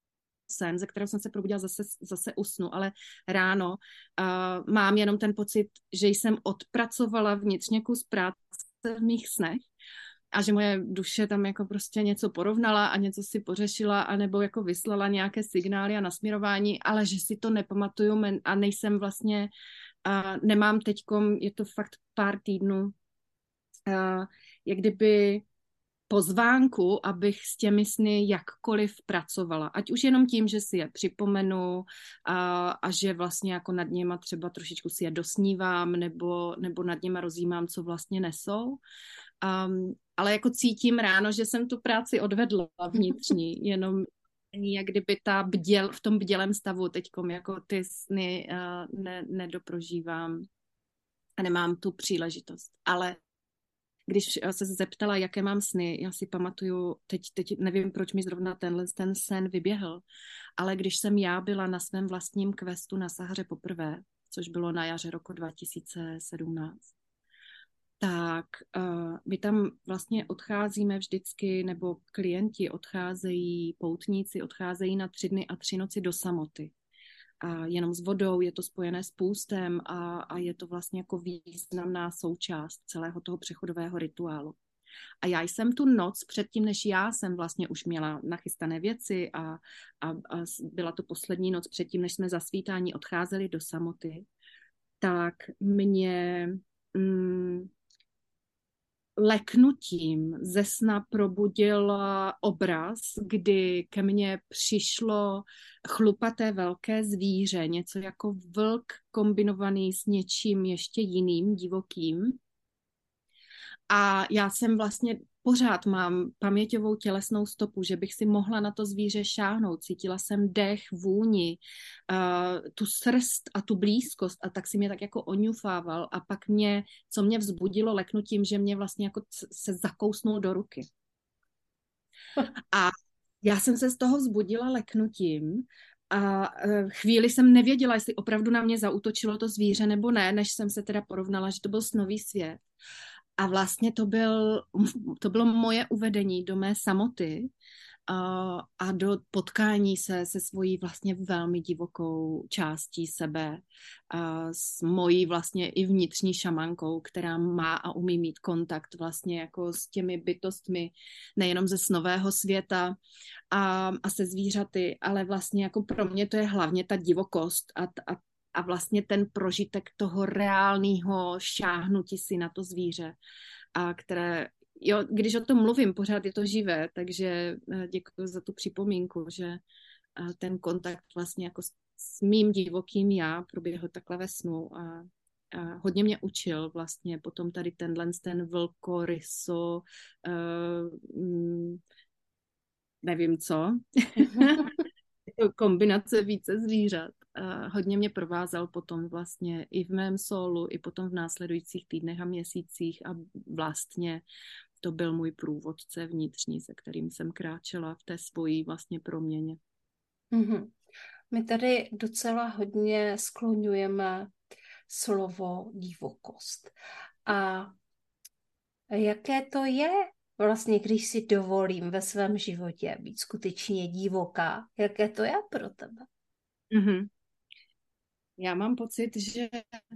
sen, ze kterého jsem se probudila, zase, zase usnu, ale ráno uh, mám jenom ten pocit, že jsem odpracovala vnitřně kus práce v mých snech a že moje duše tam jako prostě něco porovnala a něco si pořešila, anebo jako vyslala nějaké signály a nasměrování, ale že si to nepamatuju a nejsem vlastně, uh, nemám teďkom, je to fakt pár týdnů, uh, jak kdyby pozvánku, abych s těmi sny jakkoliv pracovala. Ať už jenom tím, že si je připomenu a, a že vlastně jako nad něma třeba trošičku si je dosnívám nebo, nebo nad něma rozjímám, co vlastně nesou. Um, ale jako cítím ráno, že jsem tu práci odvedla vnitřní, jenom jak kdyby ta bděl, v tom bdělém stavu teďkom jako ty sny uh, ne, nedoprožívám a nemám tu příležitost. Ale když se zeptala, jaké mám sny, já si pamatuju, teď, teď nevím, proč mi zrovna tenhle ten sen vyběhl, ale když jsem já byla na svém vlastním questu na Sahaře poprvé, což bylo na jaře roku dva tisíce sedmnáct, tak uh, my tam vlastně odcházíme vždycky, nebo klienti odcházejí, poutníci odcházejí na tři dny a tři noci do samoty. A jenom s vodou, je to spojené s půstem a, a je to vlastně jako významná součást celého toho přechodového rituálu. A já jsem tu noc předtím, než já jsem vlastně už měla nachystané věci a, a, a byla to poslední noc předtím, než jsme za svítání odcházeli do samoty, tak mě mm, leknutím ze sna probudil obraz, kdy ke mně přišlo chlupaté velké zvíře, něco jako vlk kombinovaný s něčím ještě jiným, divokým. A já jsem vlastně pořád mám paměťovou tělesnou stopu, že bych si mohla na to zvíře šáhnout. Cítila jsem dech, vůni, uh, tu srst a tu blízkost a tak si mě tak jako oňufával a pak mě, co mě vzbudilo leknutím, že mě vlastně jako se zakousnul do ruky. A já jsem se z toho vzbudila leknutím a chvíli jsem nevěděla, jestli opravdu na mě zaútočilo to zvíře nebo ne, než jsem se teda porovnala, že to byl snový svět. A vlastně to, byl, to bylo moje uvedení do mé samoty a, a do potkání se se svojí vlastně velmi divokou částí sebe, a s mojí vlastně i vnitřní šamankou, která má a umí mít kontakt vlastně jako s těmi bytostmi, nejenom ze snového světa a, a se zvířaty, ale vlastně jako pro mě to je hlavně ta divokost a, a a vlastně ten prožitek toho reálného šáhnutí si na to zvíře, a které, jo, když o tom mluvím, pořád je to živé, takže děkuji za tu připomínku, že ten kontakt vlastně jako s mým divokým já proběhl takhle ve snu a, a hodně mě učil vlastně potom tady tenhle ten velkoryso, uh, nevím co, kombinace více zvířat. Uh, hodně mě provázel potom vlastně i v mém solu, i potom v následujících týdnech a měsících a vlastně to byl můj průvodce vnitřní, se kterým jsem kráčela v té svojí vlastně proměně. Mm-hmm. My tady docela hodně skloňujeme slovo divokost. A jaké to je vlastně, když si dovolím ve svém životě být skutečně divoká? Jaké to je pro tebe? Mm-hmm. Já mám pocit, že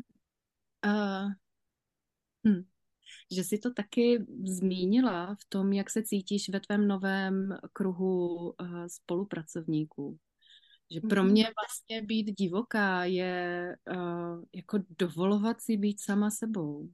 uh, hm, že jsi to taky zmínila v tom, jak se cítíš ve tvém novém kruhu uh, spolupracovníků. Že pro mě vlastně být divoká je uh, jako dovolovat si být sama sebou.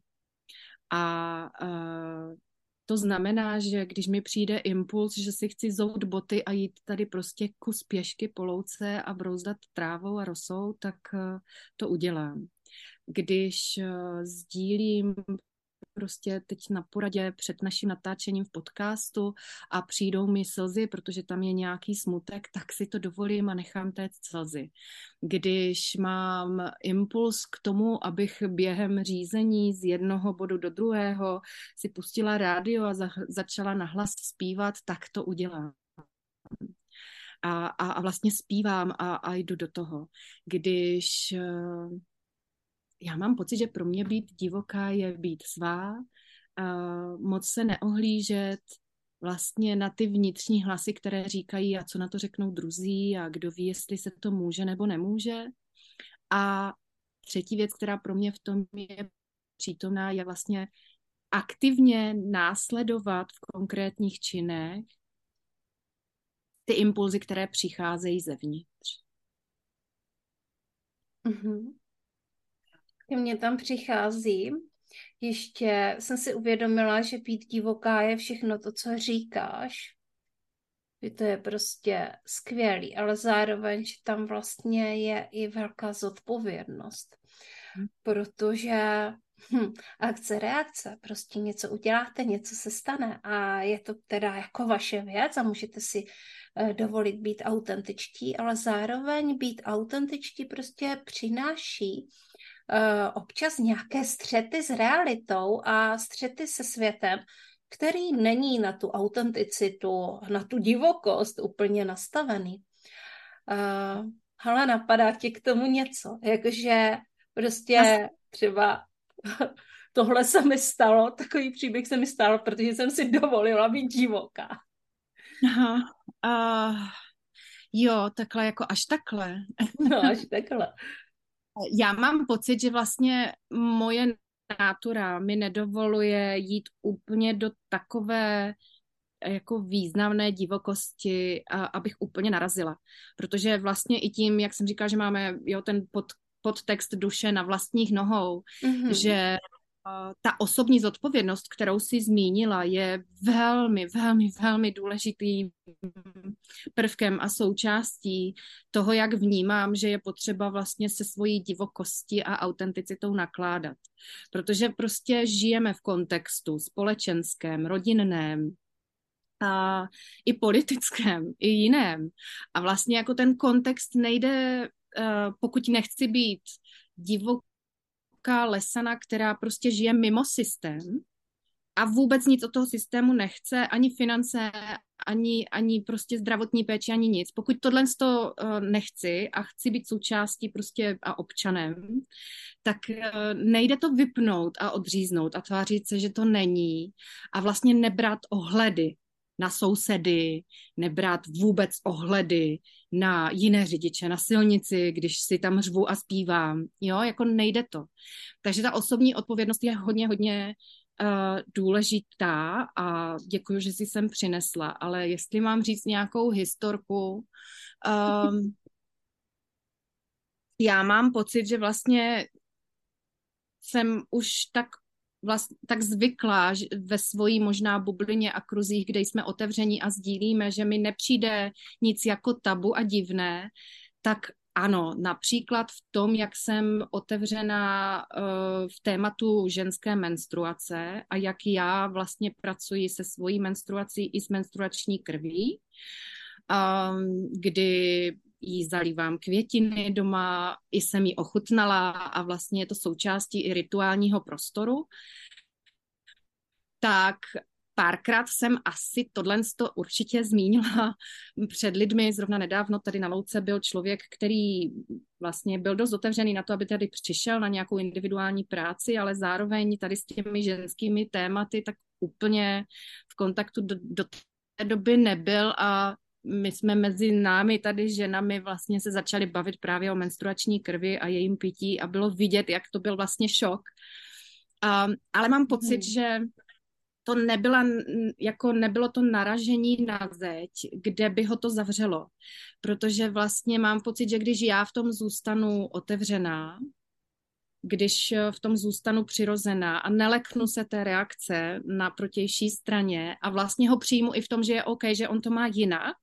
A uh, to znamená, že když mi přijde impuls, že si chci zout boty a jít tady prostě kus pěšky po louce a brouzdat trávou a rosou, tak uh, to udělám. Když uh, sdílím prostě teď na poradě před naším natáčením v podcastu a přijdou mi slzy, protože tam je nějaký smutek, tak si to dovolím a nechám téct slzy. Když mám impuls k tomu, abych během řízení z jednoho bodu do druhého si pustila rádio a za, začala nahlas zpívat, tak to udělám. A, a, a vlastně zpívám a, a jdu do toho. Když já mám pocit, že pro mě být divoká je být svá, uh, moc se neohlížet, vlastně na ty vnitřní hlasy, které říkají, a co na to řeknou druzí a kdo ví, jestli se to může nebo nemůže. A třetí věc, která pro mě v tom je přítomná, je vlastně aktivně následovat v konkrétních činech ty impulzy, které přicházejí zevnitř. Mm-hmm. Ke mně tam přichází. Ještě jsem si uvědomila, že být divoká je všechno to, co říkáš. Že to je prostě skvělý, ale zároveň, že tam vlastně je i velká zodpovědnost. Hmm. Protože hm, akce, reakce, prostě něco uděláte, něco se stane a je to teda jako vaše věc a můžete si eh, dovolit být autentičtí, ale zároveň být autentičtí prostě přináší občas nějaké střety s realitou a střety se světem, který není na tu autenticitu, na tu divokost úplně nastavený. Uh, ale napadá ti k tomu něco, jakože prostě třeba tohle se mi stalo, takový příběh se mi stalo, protože jsem si dovolila být divoká. Aha, uh, jo, takhle jako až takhle. No, až takhle. Já mám pocit, že vlastně moje nátura mi nedovoluje jít úplně do takové jako významné divokosti, a, abych úplně narazila. Protože vlastně i tím, jak jsem říkala, že máme jo, ten pod, podtext duše na vlastních nohou, mm-hmm. že ta osobní zodpovědnost, kterou jsi zmínila, je velmi, velmi, velmi důležitým prvkem a součástí toho, jak vnímám, že je potřeba vlastně se svojí divokostí a autenticitou nakládat. Protože prostě žijeme v kontextu společenském, rodinném, a i politickém, i jiném. A vlastně jako ten kontext nejde, pokud nechci být divoká lesana, která prostě žije mimo systém a vůbec nic od toho systému nechce, ani finance, ani, ani prostě zdravotní péči, ani nic. Pokud tohle to nechci a chci být součástí prostě a občanem, tak nejde to vypnout a odříznout a tvářit se, že to není a vlastně nebrat ohledy na sousedy, nebrat vůbec ohledy na jiné řidiče, na silnici, když si tam řvu a zpívám. Jo, jako nejde to. Takže ta osobní odpovědnost je hodně, hodně uh, důležitá a děkuji, že jsi sem přinesla, ale jestli mám říct nějakou historku, um, já mám pocit, že vlastně jsem už tak Vlast, tak zvyklá ve svojí možná bublině a kruzích, kde jsme otevření a sdílíme, že mi nepřijde nic jako tabu a divné, tak ano, například v tom, jak jsem otevřená uh, v tématu ženské menstruace a jak já vlastně pracuji se svojí menstruací i s menstruační krví, um, kdy jí zalívám květiny doma, i jsem jí ochutnala a vlastně je to součástí i rituálního prostoru, tak párkrát jsem asi tohle určitě zmínila před lidmi. Zrovna nedávno tady na louce byl člověk, který vlastně byl dost otevřený na to, aby tady přišel na nějakou individuální práci, ale zároveň tady s těmi ženskými tématy tak úplně v kontaktu do, do té doby nebyl a my jsme mezi námi tady ženami vlastně se začali bavit právě o menstruační krvi a jejím pití a bylo vidět, jak to byl vlastně šok. Um, ale mám pocit, hmm. že to nebyla, jako nebylo to naražení na zeď, kde by ho to zavřelo. Protože vlastně mám pocit, že když já v tom zůstanu otevřená, když v tom zůstanu přirozená a neleknu se té reakce na protější straně a vlastně ho přijmu i v tom, že je OK, že on to má jinak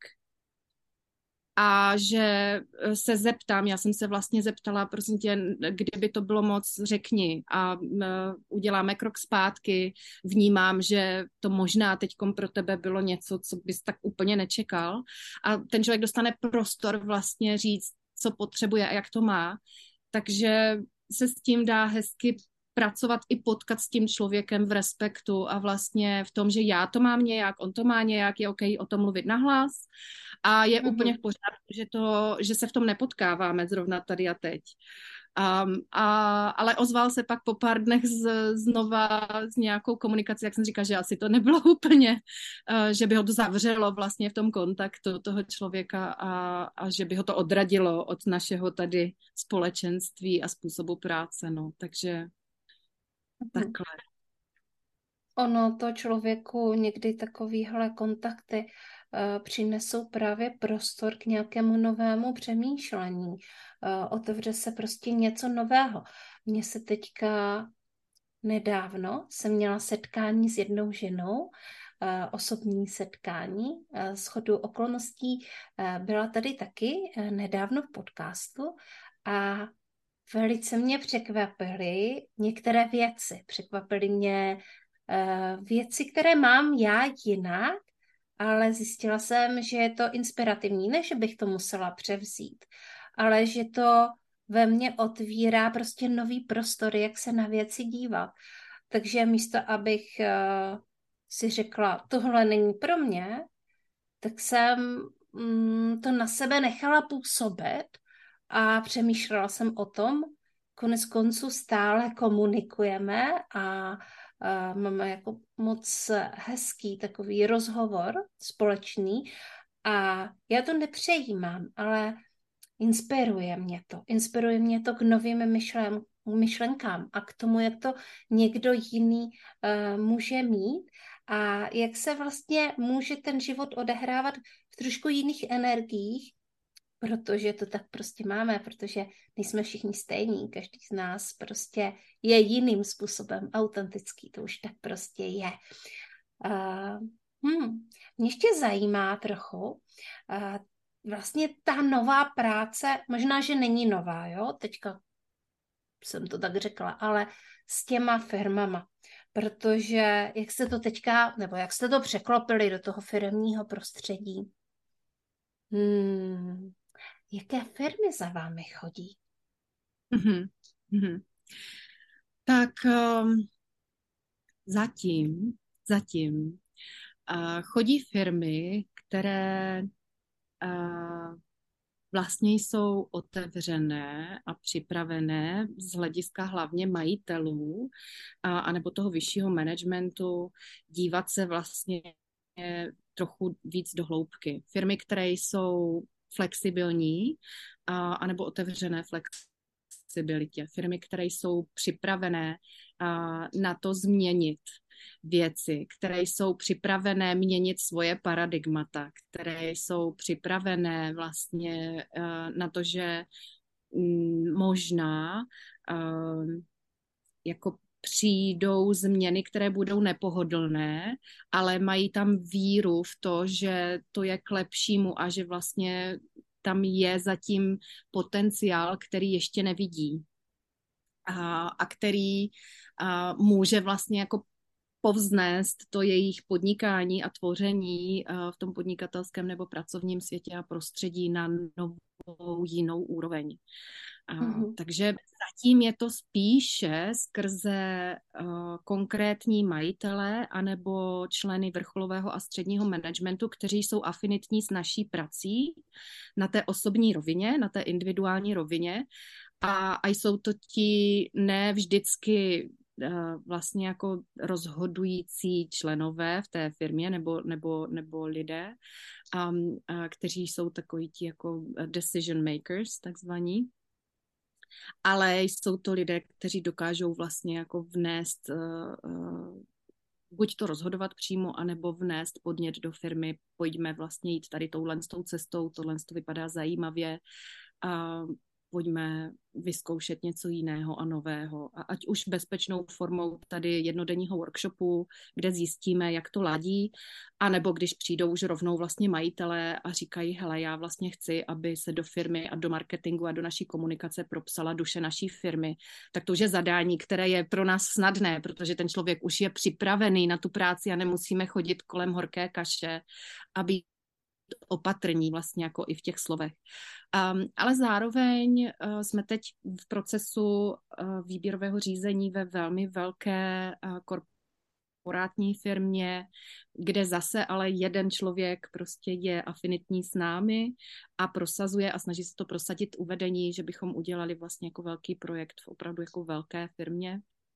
a že se zeptám, já jsem se vlastně zeptala, prosím tě, kdyby to bylo moc, řekni a uděláme krok zpátky, vnímám, že to možná teďkom pro tebe bylo něco, co bys tak úplně nečekal a ten člověk dostane prostor vlastně říct, co potřebuje a jak to má, takže se s tím dá hezky pracovat i potkat s tím člověkem v respektu a vlastně v tom, že já to mám nějak, on to má nějak, je OK o tom mluvit nahlas a je mm-hmm. úplně v pořádku, že, to, že se v tom nepotkáváme zrovna tady a teď. Um, a, ale ozval se pak po pár dnech z, znova s nějakou komunikací, jak jsem říkala, že asi to nebylo úplně, uh, že by ho to zavřelo vlastně v tom kontaktu toho člověka a, a že by ho to odradilo od našeho tady společenství a způsobu práce, no, takže takhle. Ono to člověku někdy takovýhle kontakty uh, přinesou právě prostor k nějakému novému přemýšlení. Uh, otevře se prostě něco nového. Mně se teďka nedávno jsem měla setkání s jednou ženou, uh, osobní setkání. Uh, shodou okolností uh, byla tady taky uh, nedávno v podcastu a velice mě překvapily některé věci. Překvapily mě věci, které mám já jinak, ale zjistila jsem, že je to inspirativní. Ne, že bych to musela převzít, ale že to ve mně otvírá prostě nový prostor, jak se na věci dívat. Takže místo, abych uh, si řekla, tohle není pro mě, tak jsem um, to na sebe nechala působit a přemýšlela jsem o tom. Konec konců stále komunikujeme a Uh, máme jako moc hezký takový rozhovor společný a já to nepřejímám, ale inspiruje mě to. Inspiruje mě to k novým myšlen, myšlenkám a k tomu, jak to někdo jiný uh, může mít a jak se vlastně může ten život odehrávat v trošku jiných energiích, protože to tak prostě máme, protože nejsme všichni stejní, každý z nás prostě je jiným způsobem autentický, to už tak prostě je. Uh, hmm, mě ještě zajímá trochu, uh, vlastně ta nová práce, možná, že není nová, jo, teďka jsem to tak řekla, ale s těma firmama, protože jak jste to teďka, nebo jak jste to překlopili do toho firemního prostředí, hmm, jaké firmy za vámi chodí? Mm-hmm. Mm-hmm. Tak um, zatím, zatím uh, chodí firmy, které uh, vlastně jsou otevřené a připravené z hlediska hlavně majitelů a, a nebo toho vyššího managementu dívat se vlastně trochu víc do hloubky. Firmy, které jsou flexibilní a, a nebo otevřené flexibilitě. Firmy, které jsou připravené a, na to změnit věci, které jsou připravené měnit svoje paradigmata, které jsou připravené vlastně uh, na to, že um, možná uh, jako přijdou změny, které budou nepohodlné, ale mají tam víru v to, že to je k lepšímu a že vlastně tam je zatím potenciál, který ještě nevidí a, a který a, může vlastně jako povznést to jejich podnikání a tvoření v tom podnikatelském nebo pracovním světě a prostředí na novou jinou úroveň. Mm-hmm. Takže zatím je to spíše skrze uh, konkrétní majitele anebo členy vrcholového a středního managementu, kteří jsou afinitní s naší prací na té osobní rovině, na té individuální rovině a, a jsou to ti ne vždycky vlastně jako rozhodující členové v té firmě nebo, nebo, nebo lidé, um, a kteří jsou takoví ti jako decision makers, takzvaní. Ale jsou to lidé, kteří dokážou vlastně jako vnést uh, uh, buď to rozhodovat přímo, anebo vnést podnět do firmy, pojďme vlastně jít tady touhle s tou cestou, tohle to vypadá zajímavě a pojďme vyzkoušet něco jiného a nového. A ať už bezpečnou formou tady jednodenního workshopu, kde zjistíme, jak to ladí, anebo když přijdou už rovnou vlastně majitelé a říkají, hele, já vlastně chci, aby se do firmy a do marketingu a do naší komunikace propsala duše naší firmy, tak to už je zadání, které je pro nás snadné, protože ten člověk už je připravený na tu práci a nemusíme chodit kolem horké kaše a být opatrní vlastně jako i v těch slovech. Um, ale zároveň uh, jsme teď v procesu uh, výběrového řízení ve velmi velké uh, korporátní firmě, kde zase ale jeden člověk prostě je afinitní s námi a prosazuje a snaží se to prosadit uvedení, že bychom udělali vlastně jako velký projekt v opravdu jako velké firmě.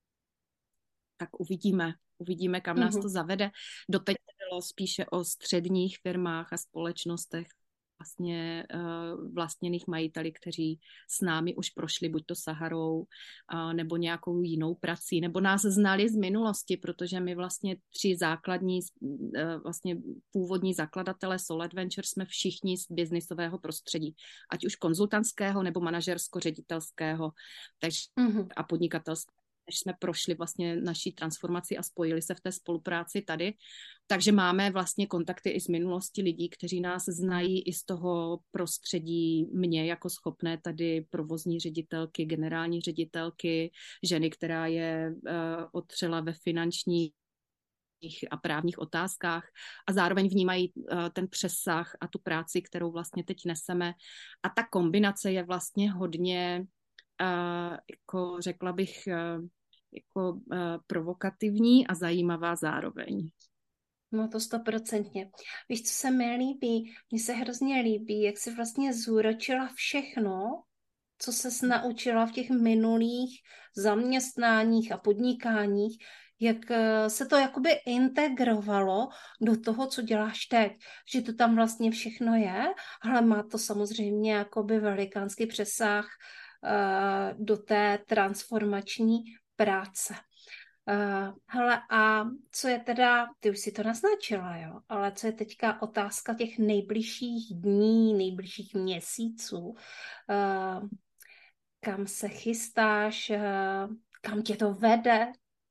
Tak uvidíme, uvidíme, kam nás to zavede. Doteď bylo spíše o středních firmách a společnostech vlastně uh, vlastněných majiteli, kteří s námi už prošli buď to Saharou, uh, nebo nějakou jinou prací, nebo nás znali z minulosti, protože my vlastně tři základní, uh, vlastně původní zakladatelé Soul Adventure jsme všichni z biznisového prostředí, ať už konzultantského, nebo manažersko-ředitelského takže, mm-hmm. a podnikatelského, než jsme prošli vlastně naší transformaci a spojili se v té spolupráci tady. Takže máme vlastně kontakty i z minulosti lidí, kteří nás znají i z toho prostředí mě jako schopné tady provozní ředitelky, generální ředitelky, ženy, která je uh, otřela ve finančních a právních otázkách a zároveň vnímají uh, ten přesah a tu práci, kterou vlastně teď neseme. A ta kombinace je vlastně hodně, uh, jako řekla bych, uh, jako uh, provokativní a zajímavá zároveň. No to stoprocentně. Víš, co se mi líbí? Mně se hrozně líbí, jak jsi vlastně zúročila všechno, co ses naučila v těch minulých zaměstnáních a podnikáních, jak se to jakoby integrovalo do toho, co děláš teď. Že to tam vlastně všechno je, ale má to samozřejmě jakoby velikánský přesah uh, do té transformační práce. Uh, hele, a co je teda, ty už si to naznačila, jo, ale co je teďka otázka těch nejbližších dní, nejbližších měsíců, uh, kam se chystáš, uh, kam tě to vede?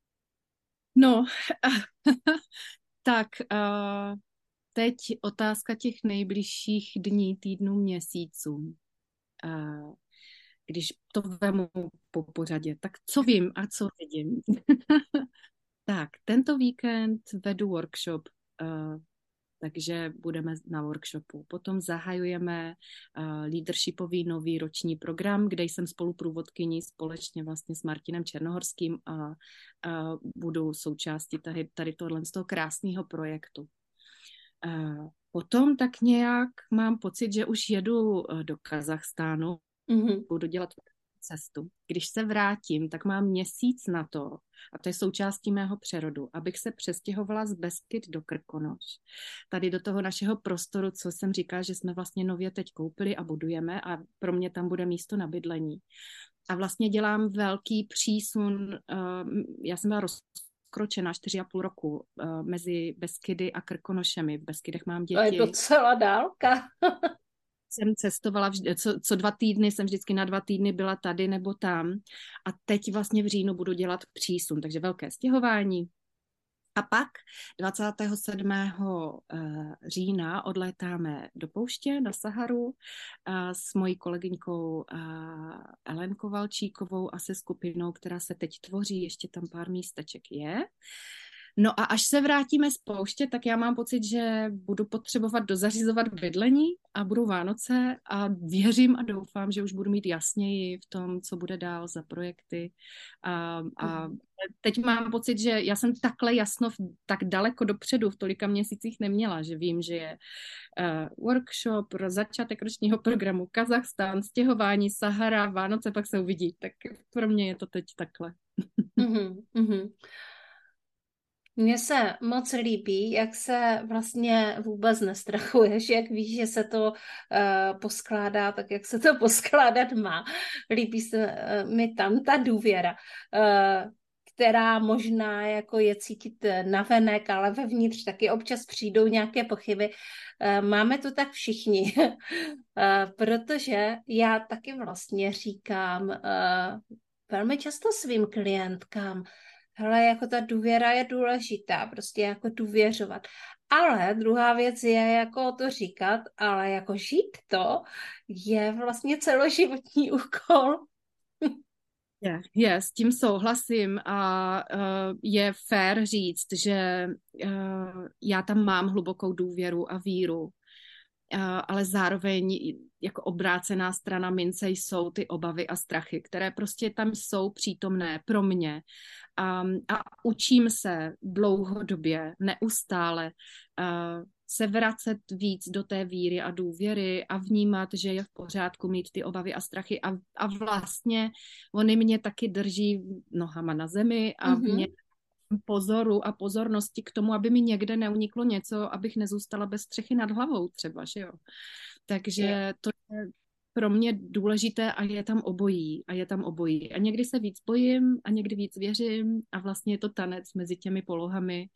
No, tak uh, teď otázka těch nejbližších dní, týdnů, měsíců. Uh, Když to vemu po pořadě, tak co vím a co vidím? Tak, tento víkend vedu workshop, uh, takže budeme na workshopu. Potom zahajujeme uh, leadershipový nový roční program, kde jsem spoluprůvodkyní společně vlastně s Martinem Černohorským a uh, budu součástí tady, tady tohle z toho krásného projektu. Uh, potom tak nějak mám pocit, že už jedu uh, do Kazachstánu, mm-hmm. budu dělat cestu. Když se vrátím, tak mám měsíc na to, a to je součástí mého přerodu, abych se přestěhovala z Beskyd do Krkonoš. Tady do toho našeho prostoru, co jsem říkala, že jsme vlastně nově teď koupili a budujeme a pro mě tam bude místo na bydlení. A vlastně dělám velký přísun, já jsem byla rozkročená čtyři a půl roku mezi Beskydy a Krkonošemi. V Beskydech mám děti. To je docela dálka. Jsem cestovala, vždy, co, co dva týdny, jsem vždycky na dva týdny byla tady nebo tam a teď vlastně v říjnu budu dělat přísun, takže velké stěhování. A pak dvacátého sedmého října odlétáme do pouště na Saharu s mojí kolegyňkou Ellen Kovalčíkovou a se skupinou, která se teď tvoří, ještě tam pár místeček je. No a až se vrátíme z pouště, tak já mám pocit, že budu potřebovat dozařizovat bydlení a budou Vánoce a věřím a doufám, že už budu mít jasněji v tom, co bude dál za projekty. A, a teď mám pocit, že já jsem takhle jasno tak daleko dopředu v tolika měsících neměla, že vím, že je uh, workshop, začátek ročního programu Kazachstán, stěhování, Sahara, Vánoce, pak se uvidí. Tak pro mě je to teď takhle. Mm-hmm, mm-hmm. Mně se moc líbí, jak se vlastně vůbec nestrachuješ, jak víš, že se to uh, poskládá tak, jak se to poskládat má. Líbí se uh, mi tam ta důvěra, uh, která možná jako je cítit navenek, ale vevnitř taky občas přijdou nějaké pochyby. Uh, máme to tak všichni, uh, protože já taky vlastně říkám uh, velmi často svým klientkám, hele, jako ta důvěra je důležitá, prostě jako důvěřovat. Ale druhá věc je jako to říkat, ale jako žít to je vlastně celoživotní úkol. Je, je, s tím souhlasím a uh, je fér říct, že uh, já tam mám hlubokou důvěru a víru, uh, ale zároveň jako obrácená strana mince jsou ty obavy a strachy, které prostě tam jsou přítomné pro mě. A, a učím se dlouhodobě, neustále uh, se vracet víc do té víry a důvěry a vnímat, že je v pořádku mít ty obavy a strachy. A, a vlastně oni mě taky drží nohama na zemi a mm-hmm. mě pozoru a pozornosti k tomu, aby mi někde neuniklo něco, abych nezůstala bez střechy nad hlavou třeba, že jo. Takže to je pro mě důležité a je tam obojí a je tam obojí. A někdy se víc bojím a někdy víc věřím a vlastně je to tanec mezi těmi polohami.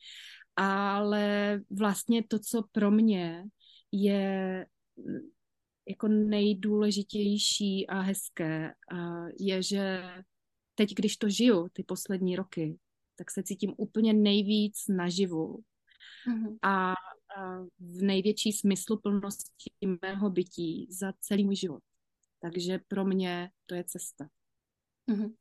Ale vlastně to, co pro mě je jako nejdůležitější a hezké, je, že teď, když to žiju, ty poslední roky, tak se cítím úplně nejvíc naživu mm-hmm. a, a v největší smysluplnosti mého bytí za celý můj život. Takže pro mě to je cesta. Mm-hmm.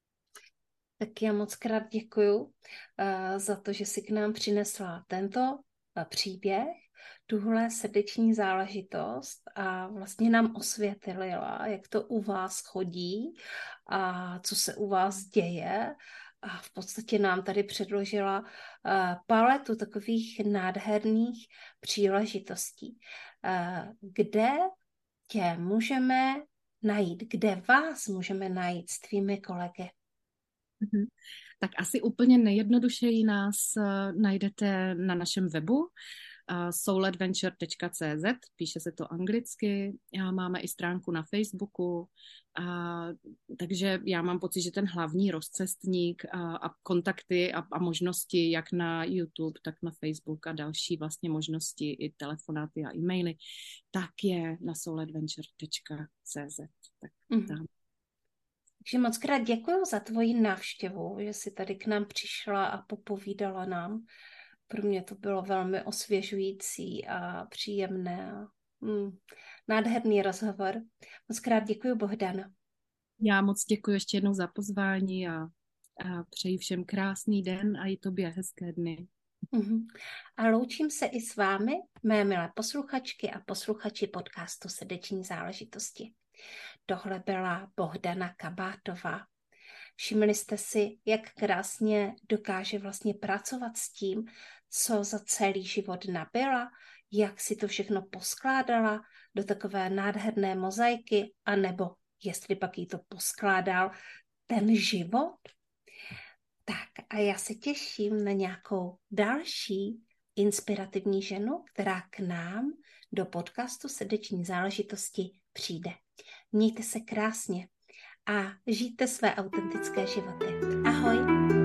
Tak já moc krát děkuju uh, za to, že jsi k nám přinesla tento uh, příběh, tuhle srdeční záležitost a vlastně nám osvětlila, jak to u vás chodí a co se u vás děje. A v podstatě nám tady předložila uh, paletu takových nádherných příležitostí, uh, kde tě můžeme najít, kde vás můžeme najít s tvými kolegy. Mm-hmm. Tak asi úplně nejjednodušeji nás uh, najdete na našem webu uh, soul adventure tečka cé zet, píše se to anglicky, a máme i stránku na Facebooku, a, takže já mám pocit, že ten hlavní rozcestník a, a kontakty a, a možnosti jak na YouTube, tak na Facebook a další vlastně možnosti i telefonáty a e-maily, tak je na soul adventure tečka cé zet. Tak mm-hmm. tam. Takže moc krát děkuji za tvoji návštěvu, že jsi tady k nám přišla a popovídala nám. Pro mě to bylo velmi osvěžující a příjemné. Mm, nádherný rozhovor. Moc krát děkuji, Bohdana. Já moc děkuji ještě jednou za pozvání a, a přeji všem krásný den a i tobě hezké dny. Uhum. A loučím se i s vámi, mé milé posluchačky a posluchači podcastu Srdeční záležitosti. Tohle byla Bohdana Kabátová. Všimli jste si, jak krásně dokáže vlastně pracovat s tím, co za celý život nabyla, jak si to všechno poskládala do takové nádherné mozaiky, anebo jestli pak jí to poskládal ten život. Tak a já se těším na nějakou další inspirativní ženu, která k nám do podcastu Srdeční záležitosti přijde. Mějte se krásně a žijte své autentické životy. Ahoj!